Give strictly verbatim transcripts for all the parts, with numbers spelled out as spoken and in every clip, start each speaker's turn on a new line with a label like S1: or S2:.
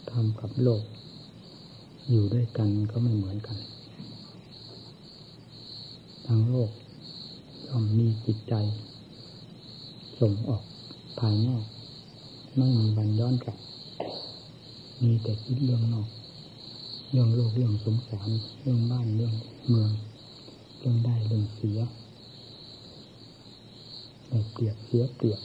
S1: ธรรมกับโลกอยู่ด้วยกันก็ไม่เหมือนกันทางโลกย่อมมีจิตใจส่งออกภายนอกไม่มีวันย้อนกลับมีแต่คิดเรื่องนอกเรื่องโลกเรื่องสงสารเรื่องบ้านเรื่องเมืองเรื่องได้เรื่องเสียได้เปรียบเสียเปรียบ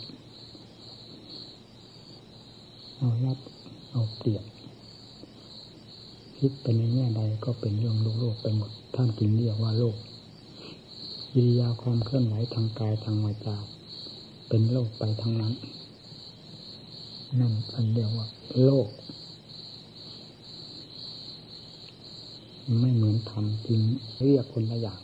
S1: เอารับเอาเปรียบคิดไปในแง่ใดก็เป็นเรื่องโลกโลกไปหมดท่านจึงเรียกว่าโลกกิริยาความเคลื่อนไหวทางกายทางวาจาเป็นโลกไปทั้งนั้นนั่นอันเรียกว่าโลกไม่เหมือนธรรมจึงเรียกคนละอย่าง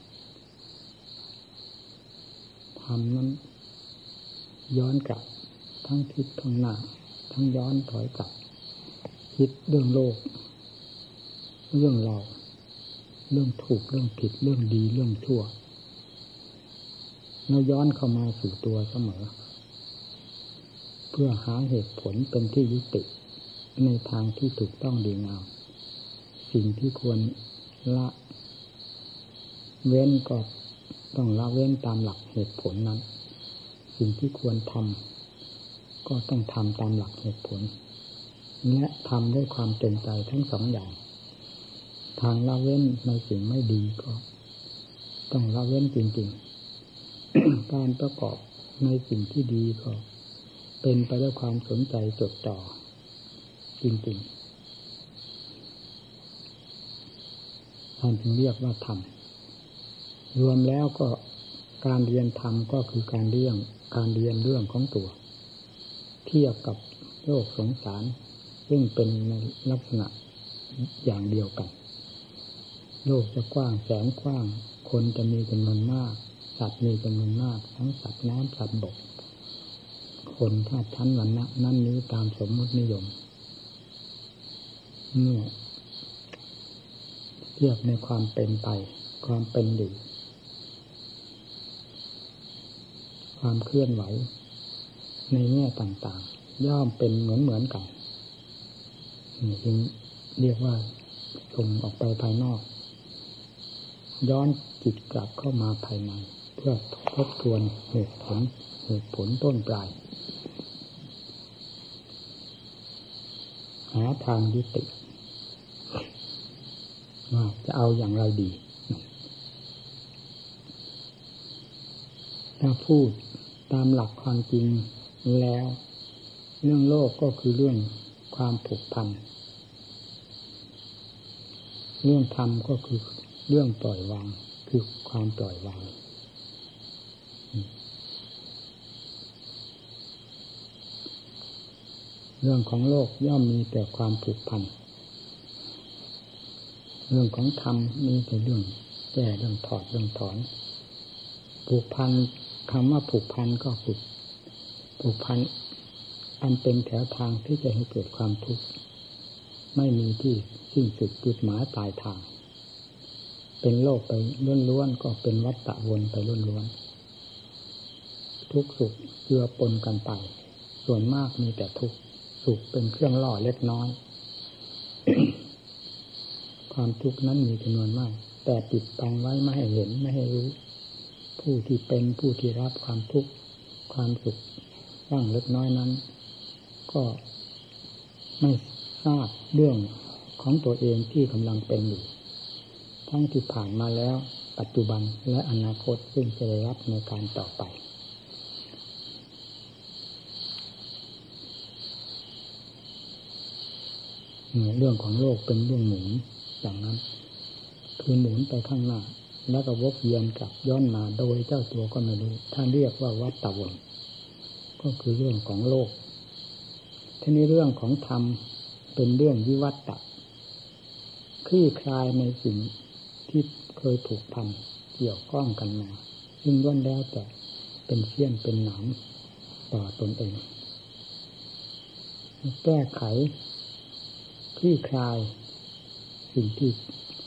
S1: ธรรมนั้นย้อนกลับทั้งทิศทั้งหน้าทั้งย้อนถอยกลับคิดเรื่องโลกเรื่องเราเรื่องถูกเรื่องผิดเรื่องดีเรื่องชั่วแล้วย้อนเข้ามาสู่ตัวเสมอเพื่อหาเหตุผลเป็นที่ยุติในทางที่ถูกต้องดีงามสิ่งที่ควรละเว้นก็ต้องละเว้นตามหลักเหตุผลนั้นสิ่งที่ควรทำก็ต้องทำตามหลักเหตุผลและทำด้วยความเต็มใจทั้งสองอย่างทางละเว้นในสิ่งไม่ดีก็ต้องละเว้นจริงๆ การประกอบในสิ่งที่ดีก็เป็นไปด้วยความสนใจจดจ่อจริงๆท่านจึงเรียกว่าธรรมรวมแล้วก็การเรียนธรรมก็คือการเรียนการเรียนเรื่องของตัวเทียบกับโลกสงสารซึ่งเป็นในลักษณะอย่างเดียวกันโลกจะกว้างแสนกว้างคนจะมีจำนวนมากสัตว์มีจำนวนมากทั้งสัตว์น้ำสัตว์บกคนธาตุชั้นวรรณะนั่นนี้ตามสมมตินิยมเมื่อเทียบในความเป็นไปความเป็นอยู่ความเคลื่อนไหวในแง่ต่างๆย่อมเป็นเหมือนๆกันนี่จึงเรียกว่าส่งออกไปภายนอกย้อนจิตกลับเข้ามาภายในเพื่อทบทวนเหตุผลเหตุผลต้นปลายหาทางยุติว่าจะเอาอย่างไรดีถ้าพูดตามหลักความจริงแล้วเรื่องโลกก็คือเรื่องความผูกพันเรื่องธรรมก็คือเรื่องปล่อยวางคือความปล่อยวางเรื่องของโลกย่อมมีแต่ความผูกพันเรื่องของธรรมมีแต่เรื่องแก้เรื่องถอดเรื่องถอนผูกพันคำว่าผูกพันก็ผูกผูกพันอันเป็นแถวทางที่จะให้เกิดความทุกข์ไม่มีที่สิ้นสุดจุดหมายปลายทางเป็นโลกไปล้วนๆก็เป็นวัฏฏะวนไปล้วนๆทุกข์สุขเจือปนกันไปส่วนมากมีแต่ทุกข์สุขเป็นเครื่องล่อเล็กน้อย ความทุกข์นั้นมีจำนวนมากแต่ปิดบังไว้ไม่ให้เห็นไม่ให้รู้ผู้ที่เป็นผู้ที่รับความทุกข์ความสุขบ้างเล็กน้อยนั้นก็ไม่ทราบเรื่องของตัวเองที่กำลังเป็นอยู่ทั้งที่ผ่านมาแล้วปัจจุบันและอนาคตซึ่งจะได้รับในการต่อไปเรื่องของโลกเป็นเรื่องหมุนอย่างนั้นคือหมุนไปข้างหน้าแล้วก็วกเวียนกลับย้อนมาโดยเจ้าตัวก็ไม่รู้ท่านเรียกว่าวัฏฏะวนก็คือเรื่องของโลกทีนี้เรื่องของธรรมเป็นเรื่องวิวัตตะคลี่คลายในสิ่งที่เคยผูกพันเกี่ยวข้องกันมาซึ่งล้วนแล้วแต่เป็นเสี้ยนเป็นหนามต่อตนเองแก้ไขคลี่คลายสิ่งที่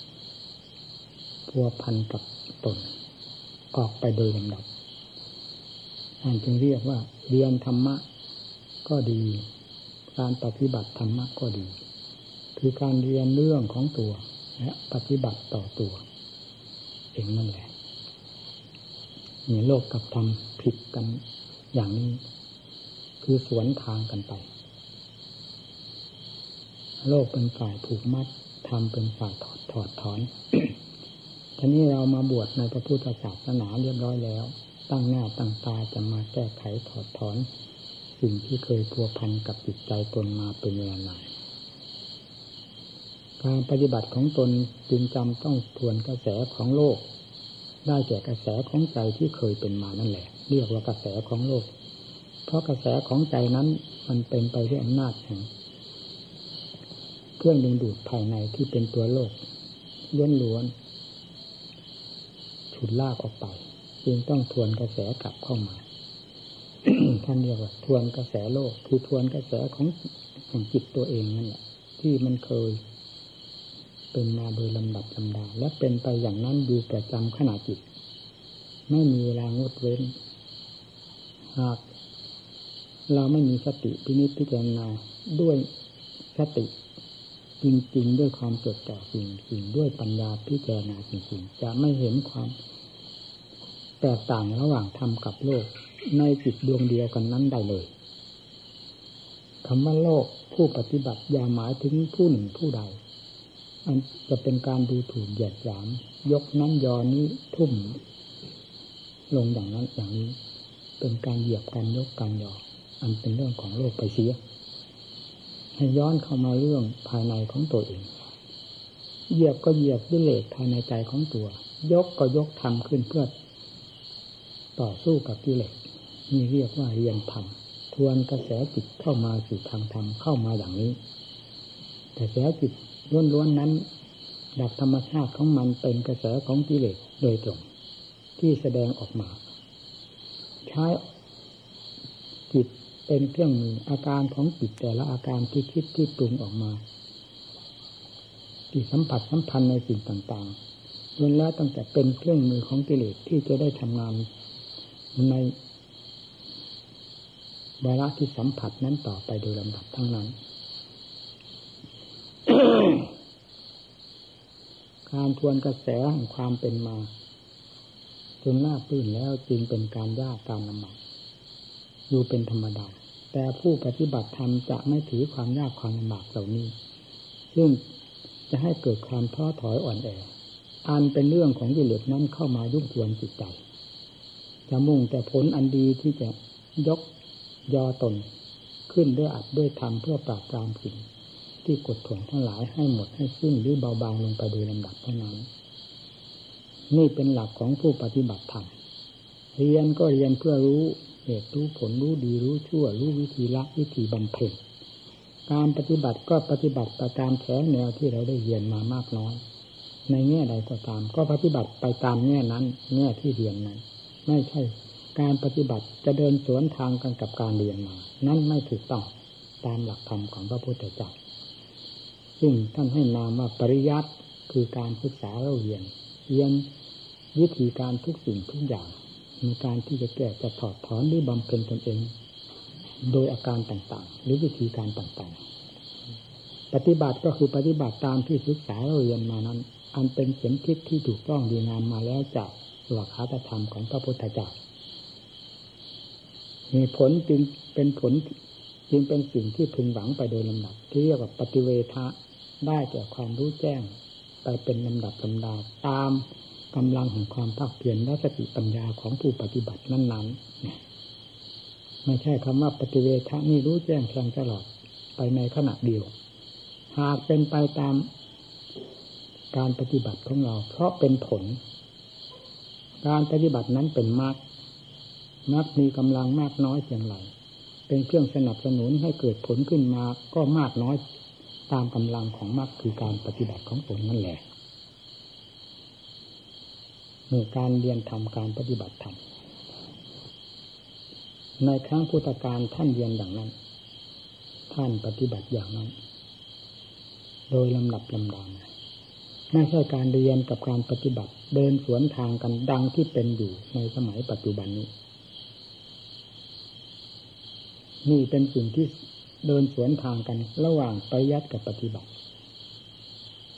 S1: พัวพันกับตนออกไปโดยลำดับท่านจึงเรียกว่าเรียนธรรมะก็ดีการปฏิบัติธรรมะก็ดีคือการเรียนเรื่องของตัวและปฏิบัติต่อตัวเองนั่นแหละมีโลกกับธรรมผิดกันอย่างนี้คือสวนทางกันไปโลกเป็นฝ่ายผูกมัดธรรมเป็นฝ่ายถอดถอดถอน ทีนี้เรามาบวชในพระพุทธศาสนาเรียบร้อยแล้วตั้งหน้าตั้งตาจะมาแก้ไขถอดถอนสิ่งที่เคยพัวพันกับจิตใจตนมาเป็นเวลานานการปฏิบัติของตนจึงจำต้องทวนกระแสของโลกได้แก่กระแสของใจที่เคยเป็นมานั่นแหละเรียกว่ากระแสของโลกเพราะกระแสของใจนั้นมันเป็นไปด้วยอำนาจแห่งเครื่องดึงดูดภายในที่เป็นตัวโลกล้วนๆฉุดลากออกไปจึงต้องทวนกระแสกลับเข้ามา ท่านเรียกว่าทวนกระแสโลกคือทวนกระแสของของจิตตัวเองนั่นแหละที่มันเคยเป็นมาโดยลำดับลำดาและเป็นไปอย่างนั้นอยู่ประจำขณะจิตไม่มีเวลางดเว้นหากเราไม่มีสติพินิจพิจารณาด้วยสติจริงๆด้วยความจดจ่อจริงๆด้วยปัญญาพิจารณาจริงๆจะไม่เห็นความแตกต่างระหว่างธรรมกับโลกในจิตดวงเดียวกันนั้นได้เลยคำว่าโลกผู้ปฏิบัติอย่าหมายถึงผู้หนึ่งผู้ใดอันจะเป็นการดูถูกเหยียดหยามยกนั้นยอนี้ทุ่มลงอย่างนั้นอย่างนี้เป็นการเหยียบการยกการยออันเป็นเรื่องของโลกไปเสียให้ย้อนเข้ามาเรื่องภายในของตัวเองเหยียบก็เหยียบกิเลสภายในใจของตัวยกก็ยกธรรมขึ้นเพื่อต่อสู้กับกิเลสนี่เรียกว่าเรียนธรรมทวนกระแสจิตเข้ามาสู่ทางธรรมเข้ามาอย่างนี้กระแสจิตล้วนๆนั้นดับธรรมชาติของมันเป็นกระแสของกิเลสโดยตรงที่แสดงออกมาใช้จิตเป็นเครื่องมืออาการของจิตแต่ละอาการที่คิดที่ปรุงออกมาที่สัมผัสสัมพันธ์ในสิ่งต่างๆล้วนแล้วตั้งแต่เป็นเครื่องมือของกิเลสที่จะได้ทำงานในวาระที่สัมผัสนั้นต่อไปโดยลำดับทั้งนั้น การทวนกระแสแห่งความเป็นมาจนราบรื่นแล้วจึงเป็นการยากการลำบากอยู่เป็นธรรมดาแต่ผู้ปฏิบัติธรรมจะไม่ถือความยากความลำบากเหล่านี้ซึ่งจะให้เกิดความท้อถอยอ่อนแออันเป็นเรื่องของกิเลสนั้นเข้ามายุ่งกวนจิตใจจะมุ่งแต่ผลอันดีที่จะยกยอตนขึ้นด้วยอัดด้วยธรรมเพื่อปราบปรามสิ่งที่กดถ่วงทั้งหลายให้หมดให้สิ้นหรือเบาบางลงไปโดยลำดับเท่านั้นนี่เป็นหลักของผู้ปฏิบัติธรรมเรียนก็เรียนเพื่อรู้เหตุรู้ผลรู้ดีรู้ชั่วรู้วิธีละวิธีบำเพ็ญการปฏิบัติก็ปฏิบัติไปตามแถวแนวที่เราได้เรียนมามากน้อยในแง่ใดก็ตามก็ปฏิบัติไปตามแง่นั้นแง่ที่เรียนนั้นไม่ใช่การปฏิบัติจะเดินสวนทางกันกับการเรียนมานั่นไม่ถูกต้องตามหลักธรรมของพระพุทธเจ้าซึ่งท่านให้นามว่าปริยัติคือการศึกษาเราเรียนเรียนวิธีการทุกสิ่งทุกอย่างมีการที่จะแก้จะถอดถอนหรือบำเพ็ญตนเองโดยอาการต่างๆหรือวิธีการต่างๆปฏิบัติก็คือปฏิบัติตามที่ศึกษาเราเรียนมานั้นอันเป็นเข็มทิศที่ถูกต้องดีงามมาแล้วจากหลักธรรมของพระพุทธเจ้ามีผลจึงเป็นผลจึงเป็นสิ่งที่พึงหวังไปโดยลำดับที่เรียกว่าปฏิเวทะได้แก่ความรู้แจ้งไปเป็นลำดับลำดาตามกำลังของความภาคเพียรและสติปัญญาของผู้ปฏิบัตินั้นๆไม่ใช่คำว่าปฏิเวทะนี่รู้แจ้งแทงตลอดไปในขณะเดียวหากเป็นไปตามการปฏิบัติของเราเพราะเป็นผลการปฏิบัตินั้นเป็นมรรคมรรคมีกำลังมากน้อยเพียงไรเป็นเครื่องสนับสนุนให้เกิดผลขึ้นมาก็มากน้อยตามกำลังของมรรคคือการปฏิบัติของตนนั่นแหละในการเรียนธรรมการปฏิบัติธรรมในครั้งพุทธกาลท่านเรียนอย่างนั้นท่านปฏิบัติอย่างนั้นโดยลำดับลำดับไม่ใช่การเรียนกับการปฏิบัติเดินสวนทางกันดังที่เป็นอยู่ในสมัยปัจจุบันนี้นี่เป็นสิ่งที่เดินสวนทางกันระหว่างปริยัติกับปฏิบัติ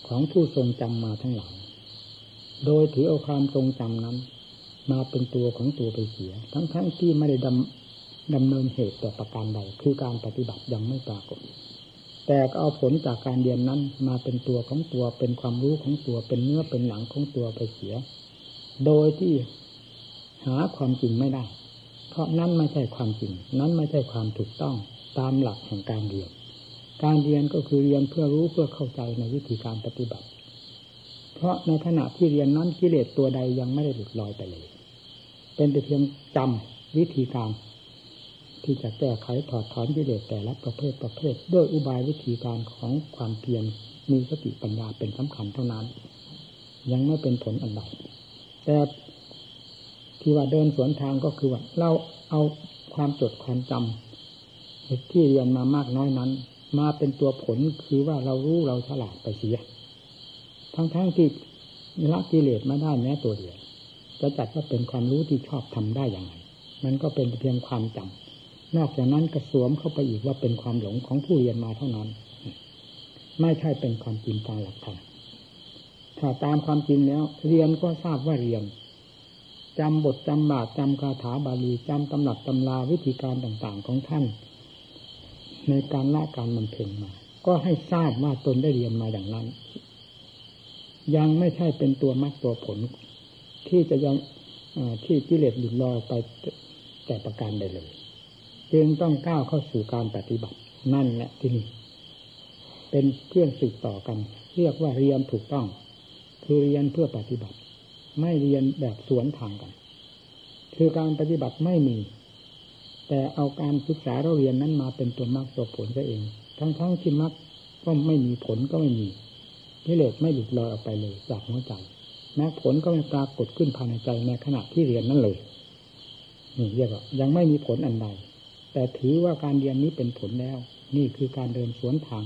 S1: ของผู้ทรงจำมาทั้งหลายโดยถือเอาความทรงจำนั้นมาเป็นตัวของตัวไปเสียทั้งๆ ท, ที่ไม่ได้ดำดำเนินเหตุแต่ประการใดคือการปฏิบัติยังไม่ปรากฏแต่ก็เอาผลจากการเรียนนั้นมาเป็นตัวของตัวเป็นความรู้ของตัวเป็นเนื้อเป็นหนังของตัวไปเสียโดยที่หาความจริงไม่ได้เพราะนั้นไม่ใช่ความจริงนั้นไม่ใช่ความถูกต้องตามหลักแห่งการเรียนการเรียนก็คือเรียนเพื่อรู้เพื่อเข้าใจในวิธีการปฏิบัติเพราะในขณะที่เรียนนั้นกิเลสตัวใดยังไม่ได้หลุดลอยไปเลยเป็นแต่เพียงจำวิธีการที่จะแก้ไขถอดถอนกิเลสแต่ละประเภทประเภทด้วยอุบายวิธีการของความเพียรมีสติปัญญาเป็นสำคัญเท่านั้นยังไม่เป็นผลอันใดแต่ที่ว่าเดินสวนทางก็คือว่าเราเอาความจดความจำที่เรียนมามากน้อยนั้นมาเป็นตัวผลคือว่าเรารู้เราฉลาดไปเสียทั้งๆ ท, ที่ละกิเลสไม่ได้แม้ตัวเดียวจะจัดว่าเป็นความรู้ที่ชอบทำได้อย่างไรมันก็เป็นเพียงความจำนอกจากนั้นก็สวมเข้าไปอีกว่าเป็นความหลงของผู้เรียนมาเท่านั้นไม่ใช่เป็นความจริงตามหลักธรรมถ้าตามความจริงแล้วเรียนก็ทราบว่าเรียนจำบทจำบาทจำคาถาบาลีจำตำรับตำราวิธีการต่างๆของท่านในการละการบำเพ็ญมาก็ให้ทราบว่าตนได้เรียนมาอย่างนั้นยังไม่ใช่เป็นตัวมรรคตัวผลที่จะยังที่กิเลสหลุดลอยไปแต่ประการใดเลยจึงต้องก้าวเข้าสู่การปฏิบัตินั่นแหละที่นี่เป็นเครื่องสืบต่อกันเรียกว่าเรียนถูกต้องคือเรียนเพื่อปฏิบัติไม่เรียนแบบสวนทางกันคือการปฏิบัติไม่มีแต่เอาการศึกษาเราเรียนนั้นมาเป็นตัวมรรคตัวผลซะเองทั้งๆที่มรรคก็ไม่มีผลก็ไม่มีกิเลสไม่หลุดลอยออกไปเลยจากหัวใจแม้ผลก็ไม่ปรากฏขึ้นภายในใจในขณะที่เรียนนั้นเลยนี่เรียกว่ายังไม่มีผลอันใดแต่ถือว่าการเรียนนี้เป็นผลแล้วนี่คือการเดินสวนทาง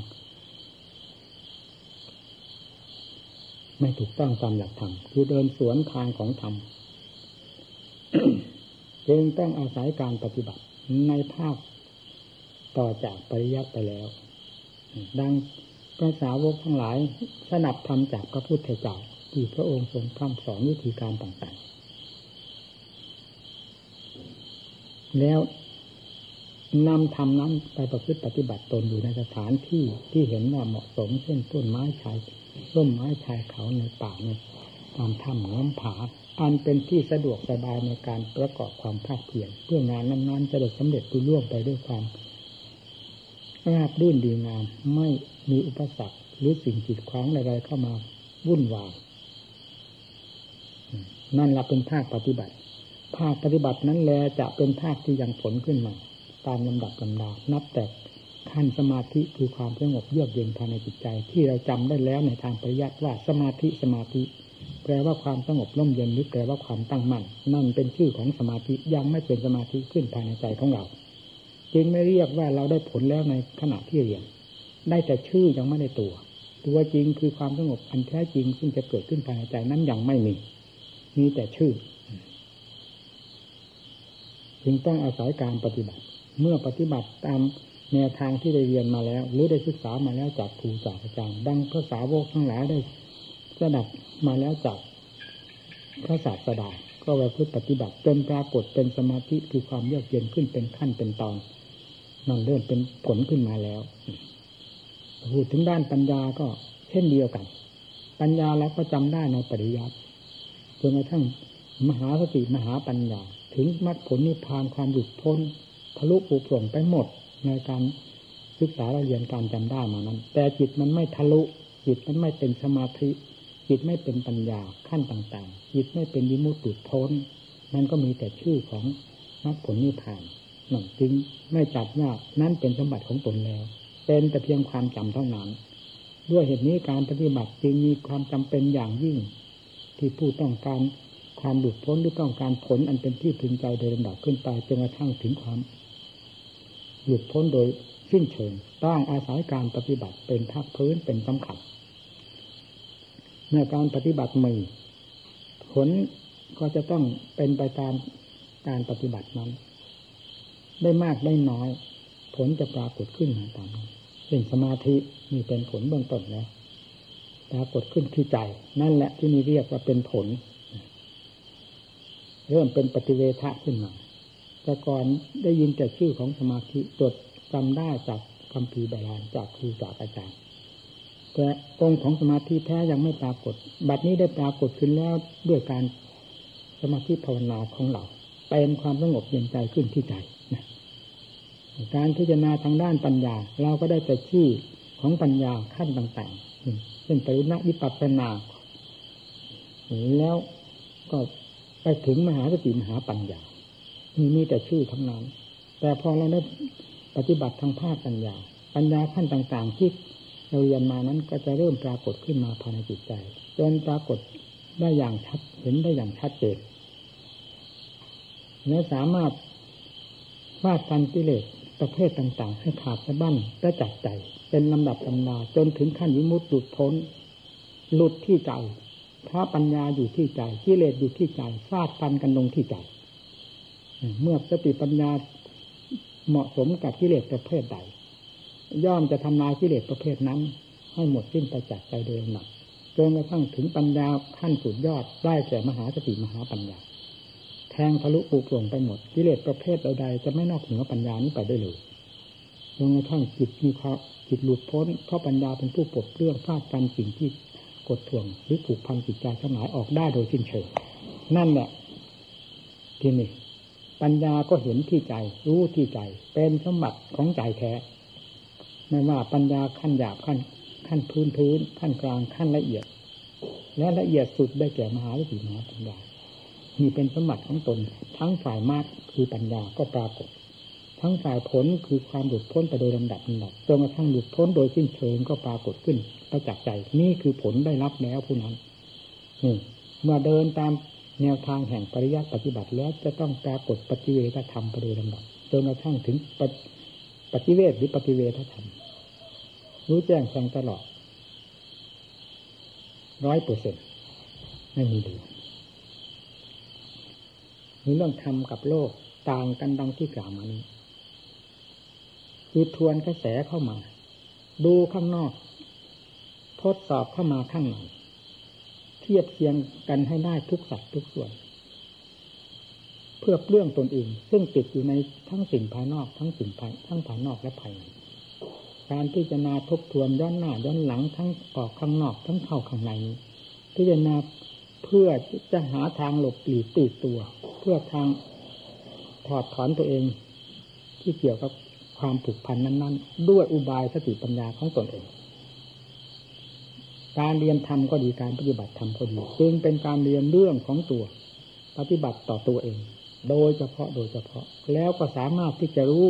S1: ไม่ถูกต้องตามหลักธรรมคือเดินสวนทางของธรรม จึงต้องอาศัยการปฏิบัติในภาคต่อจากปริยัติไปแล้วดังพระสาวกทั้งหลายสนับธรรมจากพระพุทธเจ้าที่พระองค์ทรงพร่ำสอนวิธีการต่างๆแล้วนำธรรมนั้นไปประพฤติปฏิบัติตนอยู่ในสถานที่ที่เห็นว่าเหมาะสมเช่นต้นไม้ชายร่มไม้ชายเขาในป่าในตามถ้ำน้ำผาอันเป็นที่สะดวกสบายในการประกอบความภาคเพียรเพื่องานนั้นๆจะได้สำเร็จรุ่ล่วงไปด้วยความราบรื่นดีงามไม่มีอุปสรรคหรือสิ่งกีดขวางใดๆเข้ามาวุ่นวายนั่นแหละเป็นภาคปฏิบัติภาคปฏิบัตินั้นแลจะเป็นภาคที่ยังผลขึ้นมาตามลำดับลำดานับแต่ขั้นสมาธิคือความสงบเยือกเย็นภายในจิตใจที่เราจำได้แล้วในทางปริยัติว่าสมาธิสมาธิแปลว่าความสงบร่มเย็นหรือแปลว่าความตั้งมั่นนั่นเป็นชื่อของสมาธิยังไม่เป็นสมาธิขึ้นภายในใจของเราจึงไม่เรียกว่าเราได้ผลแล้วในขณะที่เรียนได้แต่ชื่อยังไม่ได้ตัวตัวจริงคือความสงบอันแท้จริงซึ่งจะเกิดขึ้นภายในใจนั้นยังไม่มีมีแต่ชื่อจึงต้องอาศัยการปฏิบัติเมื่อปฏิบัติตามแนวทางที่ได้เรียนมาแล้วหรือได้ศึกษามาแล้วจากครูจากอาจารย์ดังพระสาวกทั้งหลายได้สดับมาแล้วจากพระศาสดาก็ไปพึ่งปฏิบัติจนปรากฏเป็นสมาธิคือความเยือกเย็นขึ้นเป็นขั้นเป็นตอนนั่นเริ่มเป็นผลขึ้นมาแล้วพูดถึงด้านปัญญาก็เช่นเดียวกันปัญญาแล้วก็จำได้ในปริยัติจนกระทั่งมหาสติมหาปัญญาถึงมรรคผลนิพพานความหลุดพ้นทะลุปุโปร่งไปหมดในการศึกษาเรียนการจำได้มานั้นแต่จิตมันไม่ทะลุจิตมันไม่เป็นสมาธิจิตไม่เป็นปัญญาขั้นต่างๆจิตไม่เป็นวิมุตติหลุดพ้นนั่นก็มีแต่ชื่อของมรรคผลนิพพานนั่นจึงไม่จัดว่านั่นเป็นสมบัติของตนแล้วเป็นแต่เพียงความจำเท่านั้นด้วยเหตุนี้การปฏิบัติจึงมีความจำเป็นอย่างยิ่งที่ผู้ต้องการความหลุดพ้นหรือต้องการผลอันเป็นที่พึงใจโดยลำดับขึ้นไปจนกระทั่งถึงความหลุดพ้นโดยสิ้นเชิงต้องอาศัยการปฏิบัติเป็นภาคพื้นเป็นสำคัญเมื่อการปฏิบัติมีผลก็จะต้องเป็นไปตามการปฏิบัตินั้นได้มากได้น้อยผลจะปรากฏขึ้นมาตามนั้นเช่นสมาธิมีเป็นผลเบื้องต้นแล้วปรากฏขึ้นที่ใจนั่นแหละที่นี่เรียกว่าเป็นผลเริ่มเป็นปฏิเวทะขึ้นมาแต่ก่อนได้ยินแต่ชื่อของสมาธิจดจำได้จากคัมภีร์โบราณจากครูจากอาจารย์แต่องค์ของสมาธิแท้ยังไม่ปรากฏบัดนี้ได้ปรากฏขึ้นแล้วด้วยการสมาธิภาวนาของเราเป็นความสงบเย็นใจขึ้นที่ใจนะการพิจารณาทางด้านปัญญาเราก็ได้แต่ชื่อของปัญญาขั้นต่างๆเช่นปริณวิปัสสนาแล้วก็ไปถึงมหาสติมหาปัญญามีมีแต่ชื่อทั้งนั้นแต่พอเราได้ปฏิบัติทางภาคปัญญาปัญญาขั้นต่างๆที่เราเรียนมานั้นก็จะเริ่มปรากฏขึ้นมาภายในจิตใจจนปรากฏได้อย่างชัดเห็นได้อย่างชัดเจนและสามารถฟาดฟันกิเลสประเภทต่างๆให้ขาดสะบั้นและจัดใจเป็นลำดับลำดาจนถึงขั้นวิมุตติหลุดพ้นหลุดที่ใจเพราะปัญญาอยู่ที่ใจกิเลสอยู่ที่ใจฟาดฟันกันลงที่ใจเมื่อสติปัญญาเหมาะสมกับกิเลสประเภทใดย่อมจะทำลายกิเลสประเภทนั้นให้หมดสิ้นไปจากใจโดยลำดับจนกระทั่งถึงปัญญาขั้นสุดยอดได้แก่มหาสติมหาปัญญาแทงทะลุปุโปร่งไปหมดกิเลสประเภทใดๆจะไม่นอกเหนือปัญญานี้ไปได้เลยจนกระทั่งจิตมีความจิตหลุดพ้นเพราะปัญญาเป็นผู้ปลดเปลื้องฟาดฟันสิ่งที่กดท่วงหรือผูกพันจิตใจทั้งหลายออกได้โดยสิ้นเชิงนั่นแหละที่นี่ปัญญาก็เห็นที่ใจรู้ที่ใจเป็นสมบัติของใจแท้ไม่ว่าปัญญาขั้นหยาบขั้นขั้นพื้นพื้นขั้นกลางขั้นละเอียดและละเอียดสุดได้แก่มหาสติมหาปัญญามีเป็นสมบัติของตนทั้งฝ่ายมรรคคือปัญญาก็ปรากฏทั้งฝ่ายผลคือความหลุดพ้นไปโดยลำดับลำดับจนกระทั่งหลุดพ้นโดยสิ้นเชิงก็ปรากฏขึ้นประจักษ์ใจนี่คือผลได้รับแล้วผู้นั้นนี่เมื่อเดินตามแนวทางแห่งปริยัติปฏิบัติแล้วจะต้องปรากฏปฏิเวทธรรมไปโดยลำดับจนกระทั่งถึงปฏิเวทหรือปฏิเวทธรรมรู้แจ้งแทงตลอดร้อยเปอร์เซ็นต์ไม่มีเหลือมีเรื่องธรรมกับโลกต่างกันดังที่กล่าวมานี้คือทวนกระแสเข้ามาดูข้างนอกทดสอบเข้ามาข้างในเทียบเคียงกันให้ได้ทุกสัดทุกส่วนเพื่อเปลื้องตนเองซึ่งติดอยู่ในทั้งสิ่งภายนอกทั้งสิ่งภายทั้งภายนอกและภายในการพิจารณาทบทวนย้อนหน้าย้อนหลังทั้งออกข้างนอกทั้งเข้าข้างในพิจารณาเพื่อจะหาทางหลบหลีกตีตัวเพื่อทางถอดถอนตัวเองที่เกี่ยวกับความผูกพันนั้นๆด้วยอุบายสติปัญญาของตนเองการเรียนธรรมก็ดีการปฏิบัติธรรมก็ดีจึงเป็นการเรียนเรื่องของตัวปฏิบัติต่อตัวเองโดยเฉพาะโดยเฉพาะแล้วก็สามารถที่จะรู้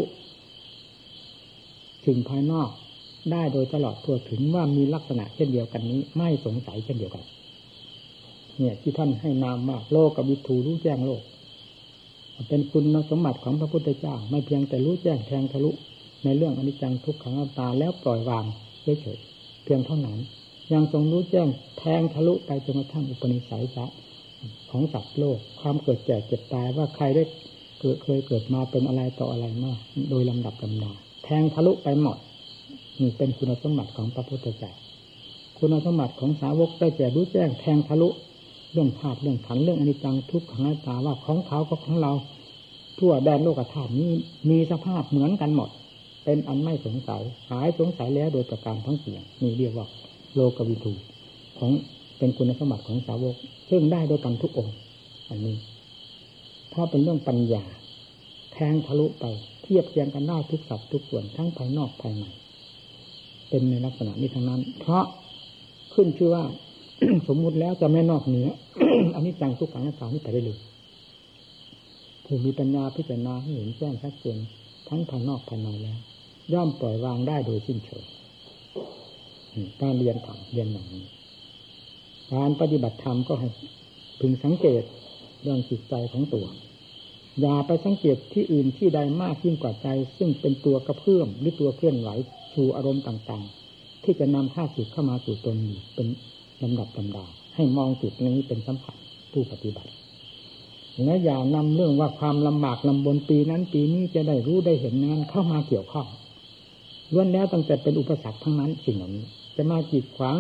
S1: สิ่งภายนอกได้โดยตลอดทั่วถึงว่ามีลักษณะเช่นเดียวกันนี้ไม่สงสัยเช่นเดียวกันเนี่ยที่ท่านให้นามว่าโลกวิถูรู้แจ้งโลกเป็นคุณสมบัติของพระพุทธเจ้าไม่เพียงแต่รู้แจ้งแทงทะลุในเรื่องอนิจจังทุกขังอนัตตาแล้วปล่อยวางเฉยๆเพียงเท่านั้นยังทรงรู้แจ้งแทงทะลุไปจนกระทั่งอุปนิสัยของสัตว์โลกความเกิดแก่เจ็บตายว่าใครได้เกิดเคยเกิดมาเป็นอะไรต่ออะไรมาโดยลำดับลำดาแทงทะลุไปหมดนี่เป็นคุณสมบัติของพระพุทธเจ้าคุณสมบัติของสาวกได้แก่รู้แจ้งแทงทะลุเรื่องธาตุเรื่องขันธ์เรื่องอนิจจังทุกขังอนัตตาว่าของเขากับของเราทั่วแดนโลกธาตุนี้มีสภาพเหมือนกันหมดเป็นอันไม่สงสัยหายสงสัยแล้วโดยประการทั้งปวงนี่เรียกว่าโลกวิถูของเป็นคุณสมบัติของสาวกซึ่งได้โดยกันทุกองค์อันนี้ถ้าเป็นเรื่องปัญญาแทงทะลุไปเทียบเทียงกันได้ทุกสัดทุกส่วนทั้งภายนอกภายในเป็นในลักษณะนี้ทั้งนั้นเพราะขึ้นชื่อว่า สมมุติแล้วจะไม่นอกเหนือ อันนี้จังทุกขังอนัตตานี่ไปได้เลยผู้มีปัญญาพิจารณาให้เห็นแจ้งชัดเจนทั้งภายนอกภายในแล้วย่อมปล่อยวางได้โดยสิ้นเชิงการเรียนธรรมเรียนอย่างนี้การปฏิบัติธรรมก็ให้พึงสังเกตเรื่องจิตใจของตัวอย่าไปสังเกตที่อื่นที่ใดมากยิ่งกว่าใจซึ่งเป็นตัวกระเพื่อมหรือตัวเคลื่อนไหวสู่อารมณ์ต่างๆที่จะนำข้าศึกเข้ามาสู่ตนเป็นลำดับลำดาให้มองจุดนี้เป็นสำคัญผู้ปฏิบัติและอย่านำเรื่องว่าความลำบากลำบนปีนั้นปีนี้จะได้รู้ได้เห็นนั้นเข้ามาเกี่ยวข้องล้วนแล้วตั้งแต่เป็นอุปสรรคทั้งนั้นสิ่งเหล่านี้จะมากีดขวาง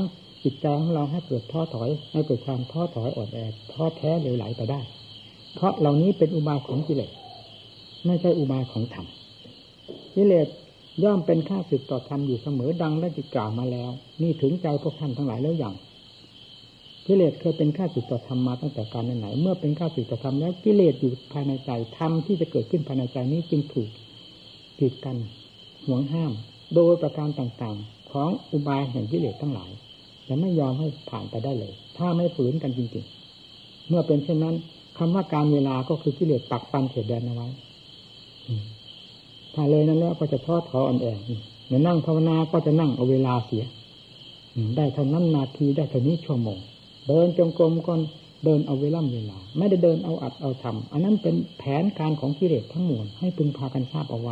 S1: จิตใจของเราให้เกิดท้อถอยให้เกิดความท้อถอยอ่อนแอท้อแท้เหลวไหลไปได้เพราะเหล่านี้เป็นอุบายของกิเลสไม่ใช่อุบายของธรรมกิเลสย่อมเป็นข้าศึกต่อธรรมอยู่เสมอดังได้กล่าวมาแล้วนี่ถึงใจพวกท่านทั้งหลายแล้วอย่างกิเลสเคยเป็นข้าศึกต่อธรรมมาตั้งแต่การไหนเมื่อเป็นข้าศึกต่อธรรมแล้วกิเลสอยู่ภายในใจธรรมที่จะเกิดขึ้นภายในใจนี้จึงถูกกีดกันห่วงห้ามโดยประการต่างๆของอุบายแห่งกิเลสทั้งหลายจะไม่ยอมให้ผ่านไปได้เลยถ้าไม่ฝืนกันจริงๆเมื่อเป็นเช่นนั้นคำว่าการเวลาก็คือกิเลสปักปันเขตแดนเอาไว้ถ้าเลยนั้นแล้วก็จะท้อถอยอ่อนแอเมื่อนั่งภาวนาก็จะนั่งเอาเวลาเสียได้เท่านั้นนาทีได้เท่านี้ชั่วโมงเดินจงกรมก็เดินเอาเวลาเวลาไม่ได้เดินเอาอัดเอาทำอันนั้นเป็นแผนการของกิเลสทั้งมวลให้พึงพากันทราบเอาไว้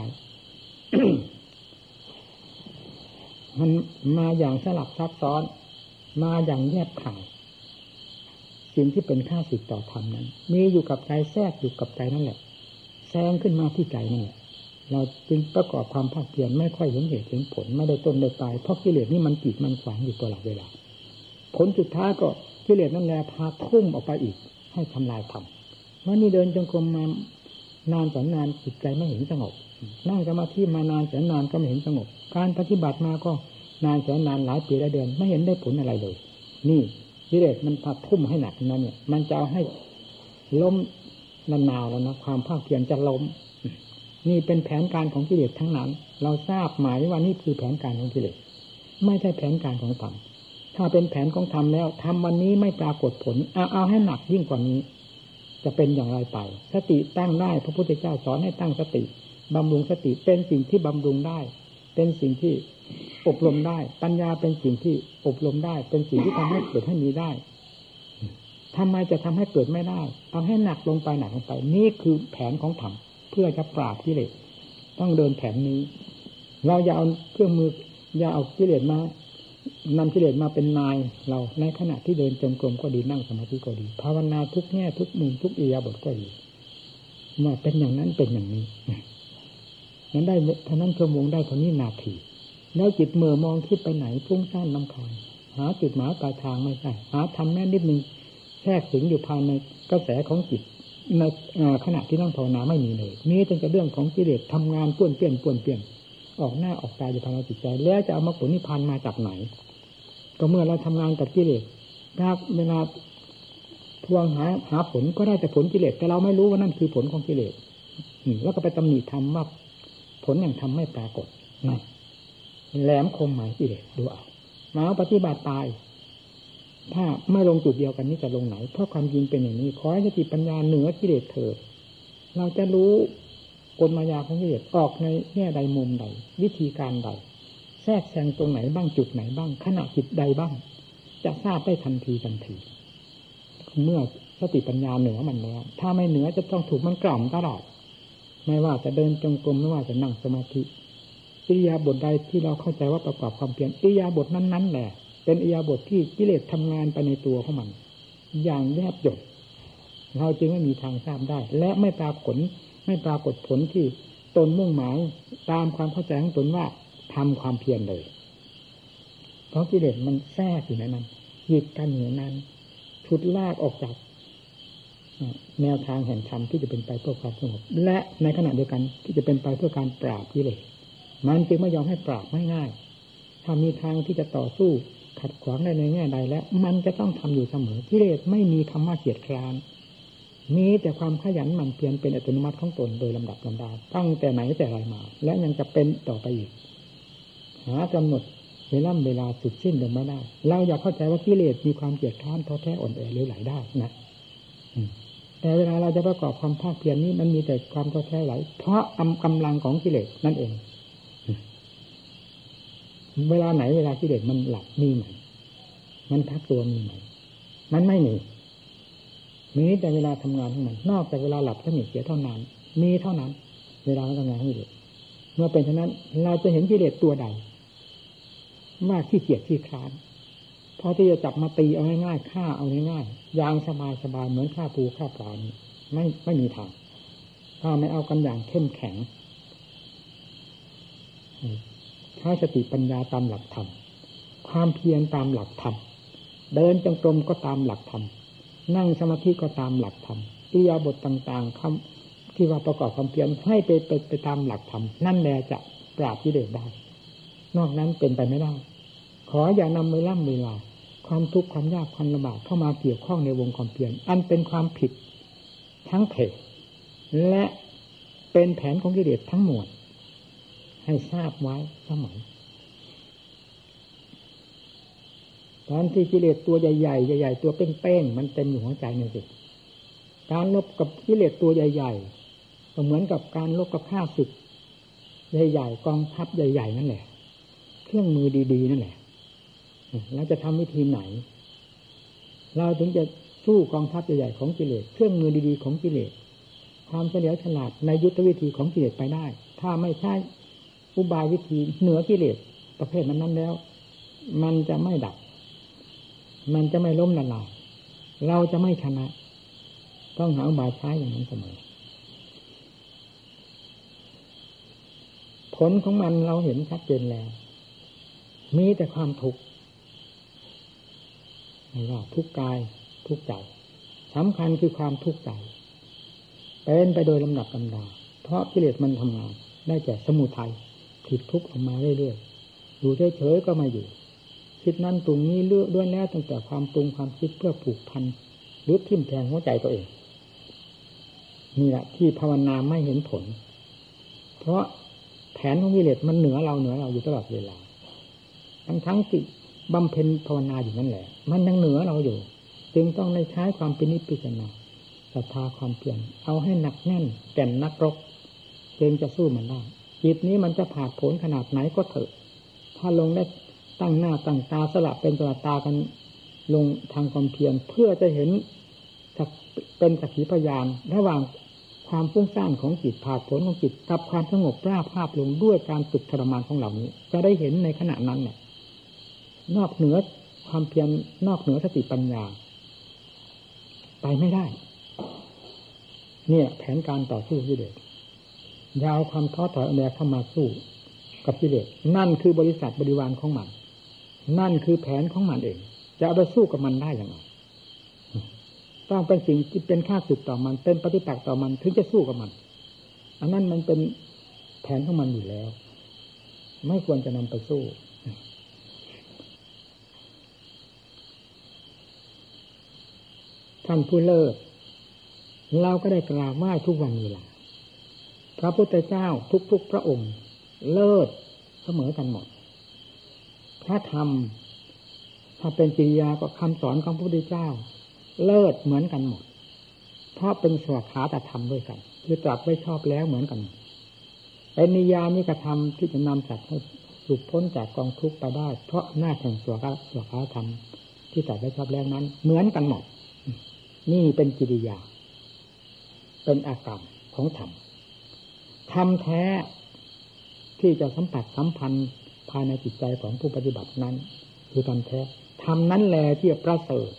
S1: มันมาอย่างสลับซับซ้อนมาอย่างแยบคายสิ่งที่เป็นข้าศึกต่อธรรมนั้นมีอยู่กับใจแทรกอยู่กับใจนั่นแหละแซงขึ้นมาที่ใจนั่นแหละเราจึงประกอบความภาคเพียรไม่ค่อยเห็นเหตุเห็นผลไม่ได้ต้นได้ปลายเพราะกิเลสนี่มันกีดมันขวางอยู่ตลอดเวลาผลสุดท้ายก็กิเลสนั่นแหละพาทุ่มออกไปอีกให้ทำลายธรรมเมื่อนี่เดินจงกรมมานานแสนนานจิตใจไม่เห็นสงบนั่งสมาธิมานานแสนนานก็ไม่เห็นสงบการปฏิบัติมาก็นานแสนนานหลายปีหลายเดือนไม่เห็นได้ผลอะไรเลยนี่กิเลสมันพาทุ่มให้หนักนั่นเนี่ยมันจะเอาให้ล้มนานๆแล้วนะความภาคเพียรจะล้มนี่เป็นแผนการของกิเลสทั้งนั้นเราทราบหมายว่านี่คือแผนการของกิเลสไม่ใช่แผนการของธรรมถ้าเป็นแผนของธรรมแล้วทำวันนี้ไม่ปรากฏผลเอาเอาให้หนักยิ่งกว่านี้จะเป็นอย่างไรไปสติตั้งได้พระพุทธเจ้าสอนให้ตั้งสติบำรุงสติเป็นสิ่งที่บำรุงได้เป็นสิ่งที่อบรมได้ปัญญาเป็นสิ่งที่อบรมได้เป็นสิ่งที่ทำให้เกิดให้มีได้ทำไมจะทำให้เกิดไม่ได้ทำให้หนักลงไปหนักลงไปนี่คือแผนของธรรมเพื่อจะปราบกิเลสต้องเดินแผนนี้เราอย่าเอาเครื่องมืออย่าเอากิเลสมานำกิเลสมาเป็นนายเราในขณะที่เดินจงกรมก็ดีนั่งสมาธิก็ดีภาวนาทุกแง่ทุกมุมทุกอิริยาบถก็ดีว่าเป็นอย่างนั้นเป็นอย่างนี้นั้นได้เท่านั้นชั่วโมงได้เท่านี้นาทีแล้วจิตเมื่อมองคิดไปไหนพุ่งซ่านลำคาญหาจุดหมายปลายทางไม่ใช่หาทำแม่นิดนึงแทรกถึงอยู่ภายในกระแสของจิตในขณะที่นั่งภาวนาไม่มีเลยมีแต่เรื่องของกิเลสทำงานป้วนเปี้ยนป้วนเปี้ยนออกหน้าออกตาอยู่ภายในจิตใจแล้วจะเอามรรคผลนิพพานมาจากไหนก็เมื่อเราทำงานกับกิเลสถ้าเวลาทวงหาหาผลก็ได้แต่ผลกิเลสแต่เราไม่รู้ว่านั่นคือผลของกิเลสแล้วก็ไปตำหนิธรรมว่าผลอย่างธรรมไม่ปรากฏนั่นแหลมคมหมายกิเลสดูเอามาปฏิบัติตายถ้าไม่ลงจุดเดียวกันนี้จะลงไหนเพราะความจริงเป็นอย่างนี้ขอให้สติปัญญาเหนือกิเลสเถิดเราจะรู้กลมายาของกิเลสออกในแง่ใดมุมใดวิธีการใดแทรกแซงตรงไหนบ้างจุดไหนบ้างขณะจิตใดบ้างจะทราบได้ทันทีทันทีเมื่อสติปัญญาเหนือมันแล้วถ้าไม่เหนือจะต้องถูกมันกล่อมตลอดไม่ว่าจะเดินจงกรมไม่ว่าจะนั่งสมาธิอิริยาบถใดที่เราเข้าใจว่าประกอบความเพียรอิริยาบถนั้นๆแหละเป็นอิริยาบถที่กิเลสทำงานไปในตัวของมันอย่างแยบยลเราจึงไม่มีทางทราบได้และไม่ปรากฏไม่ปรากฏผลที่ตนมุ่งหมายตามความเข้าใจของตนว่าทำความเพียรเลยเพราะกิเลสมันแทรกอยู่ในนั้นหยิบกันอยู่ในนั้นฉุดลากออกจากแนวทางแห่งธรรมที่จะเป็นไปเพื่อความสงบและในขณะเดียวกันที่จะเป็นไปเพื่อการปราบกิเลสมันจึงไม่ยอมให้ปราบง่ายๆถ้ามีทางที่จะต่อสู้ขัดขวางได้ในแง่ใดแล้วมันจะต้องทำอยู่เสมอกิเลสไม่มีคำว่าเกียจคร้านมีแต่ความขยันหมั่นเพียรเป็นอัตโนมัติของตนโดยลำดับลำดาตั้งแต่ไหนแต่ไรมาและยังจะเป็นต่อไปอีกหากำหนดเวลาเวลาสุดสิ้นลงไม่ได้เราอยากเข้าใจว่ากิเลสมีความเกียจคร้านท้อแท้อ่อนแอเลื่อยไหลได้นะแต่เวลาเราจะประกอบความภาคเพียรนี้มันมีแต่ความท้อแท้ไหลเพราะกำลังของกิเลสนั่นเองเวลาไหนเวลากิเลสมันหลับมีไหมมันพักตัวมีไหมมันไม่มีมีแต่เวลาทำงานของมันนอกจากเวลาหลับสนิทเสียเท่านั้นมีเท่านั้นเวลาทำงานของกิเลสเมื่อเป็นเช่นนั้นเราจะเห็นกิเลสตัวใดว่าขี้เกียจขี้คร้านพอที่จะจับมาตีเอาง่ายๆฆ่าเอาง่ายๆอย่างสบายๆเหมือนฆ่าปูฆ่าปลาไม่ไม่มีทางถ้าไม่เอากันอย่างเข้มแข็งใช้สติปัญญาตามหลักธรรมความเพียรตามหลักธรรมเดินจงกรมก็ตามหลักธรรมนั่งสมาธิก็ตามหลักธรรมอิริยาบถต่างๆคำที่ว่าประกอบความเพียรให้ไปไปไปตามหลักธรรมนั่นแหละจะปราบกิเลสได้นอกนั้นเป็นไปไม่ได้ขออย่านำเวลาเวลาความทุกข์ความยากความลำบากเข้ามาเกี่ยวข้องในวงความเพียรอันเป็นความผิดทั้งเพศและเป็นแผนของกิเลสทั้งหมดให้ทราบไว้เสมอตอนที่กิเลสตัวใหญ่ๆใหญ่ๆตัวเป้งๆมันเต็มอยู่หัวใจนี่สิการลบกับกิเลสตัวใหญ่ๆก็เหมือนกับการลบกับข้าศึกใหญ่ๆกองทัพใหญ่ๆนั่นแหละเครื่องมือดีๆนั่นแหละเราจะทำวิธีไหนเราถึงจะสู้กองทัพใหญ่ๆของกิเลสเครื่องมือดีๆของกิเลสความเฉลียวฉลาดในยุทธวิธีของกิเลสไปได้ถ้าไม่ใช่อุบายวิธีเหนือกิเลสประเภทนั้นๆแล้วมันจะไม่ดับมันจะไม่ล้มละลายเราจะไม่ชนะต้องหาอุบายใช้อย่างนั้นเสมอผลของมันเราเห็นชัดเจนแล้วมีแต่ความทุกข์ไม่ว่าทุกข์กายทุกข์ใจสำคัญคือความทุกข์ใจเป็นไปโดยลำดับลำดาเพราะกิเลสมันทำงานได้แก่สมุทัยผิดทุกข์ออกมาเรื่อยๆอยู่เฉยๆก็ไม่อยู่คิดนั้นตรงนี้เลือกด้วยแล้วตั้งแต่ความปรุงความคิดเพื่อผูกพันหรือทิ่มแทงหัวใจตัวเองนี่แหละที่ภาวนาไม่เห็นผลเพราะแผนของกิเลสมันเหนือเราเหนือเราอยู่ตลอดเวลาทั้งทั้งที่บำเพ็ญภาวนาอยู่นั่นแหละมันยังเหนือเราอยู่จึงต้องได้ใช้ความเป็นนิพพิจารณาศรัทธาความเพียรเอาให้หนักแน่นแก่นนักรบจึงจะสู้มันได้จิตนี้มันจะผ่าผลขนาดไหนก็เถอะถ้าลงได้ตั้งหน้าตั้งตาสลับเป็นสลับตากันลงทางความเพียรเพื่อจะเห็นเป็นสักขีพยานระหว่างความฟุ้งซ่านของจิตผ่าผลของจิตกับความสงบราบภาพลงด้วยการฝึกทรมานของเหล่านี้จะได้เห็นในขณะนั้นเนี่ยนอกเหนือความเพียรนอกเหนือสติปัญญาไปไม่ได้เนี่ยแผนการต่อสู้กิเลสยาวความท้อถอยอันใดเข้ามาสู้กับกิเลสนั่นคือบริษัทบริวารของมันนั่นคือแผนของมันเองจะเอาไปสู้กับมันได้อย่างไรต้องเป็นสิ่งที่เป็นข้าศึกต่อมันเป็นปฏิปักษ์ต่อมันถึงจะสู้กับมันอันนั้นมันเป็นแผนของมันอยู่แล้วไม่ควรจะนำไปสู้ท่านผู้เลิศเราก็ได้กราบไหว้ทุกวันเวลาพระพุทธเจ้าทุกๆพระองค์เลิศเสมอกันหมดพระธรรมถ้าเป็นจริยาก็คำสอนของพระพุทธเจ้าเลิศเหมือนกันหมดเพราะเป็นสวขาตธรรมด้วยกันคือตรัสไว้ชอบแล้วเหมือนกันเป็นนิยานิกธรรมที่จะนำสัตว์ให้หลุดพ้นจากกองทุกข์ไปได้เพราะหน้าแห่งสวขาสวขาธรรมที่ตรัสไว้ชอบแล้วนั้นเหมือนกันหมดนี่เป็นกิริยาเป็นอาการของธรรมธรรมแท้ที่จะสัมผัสสัมพันธ์ภายในจิตใจของผู้ปฏิบัตินั้นคือธรรมแท้ธรรมนั้นแหละที่ประเสริฐ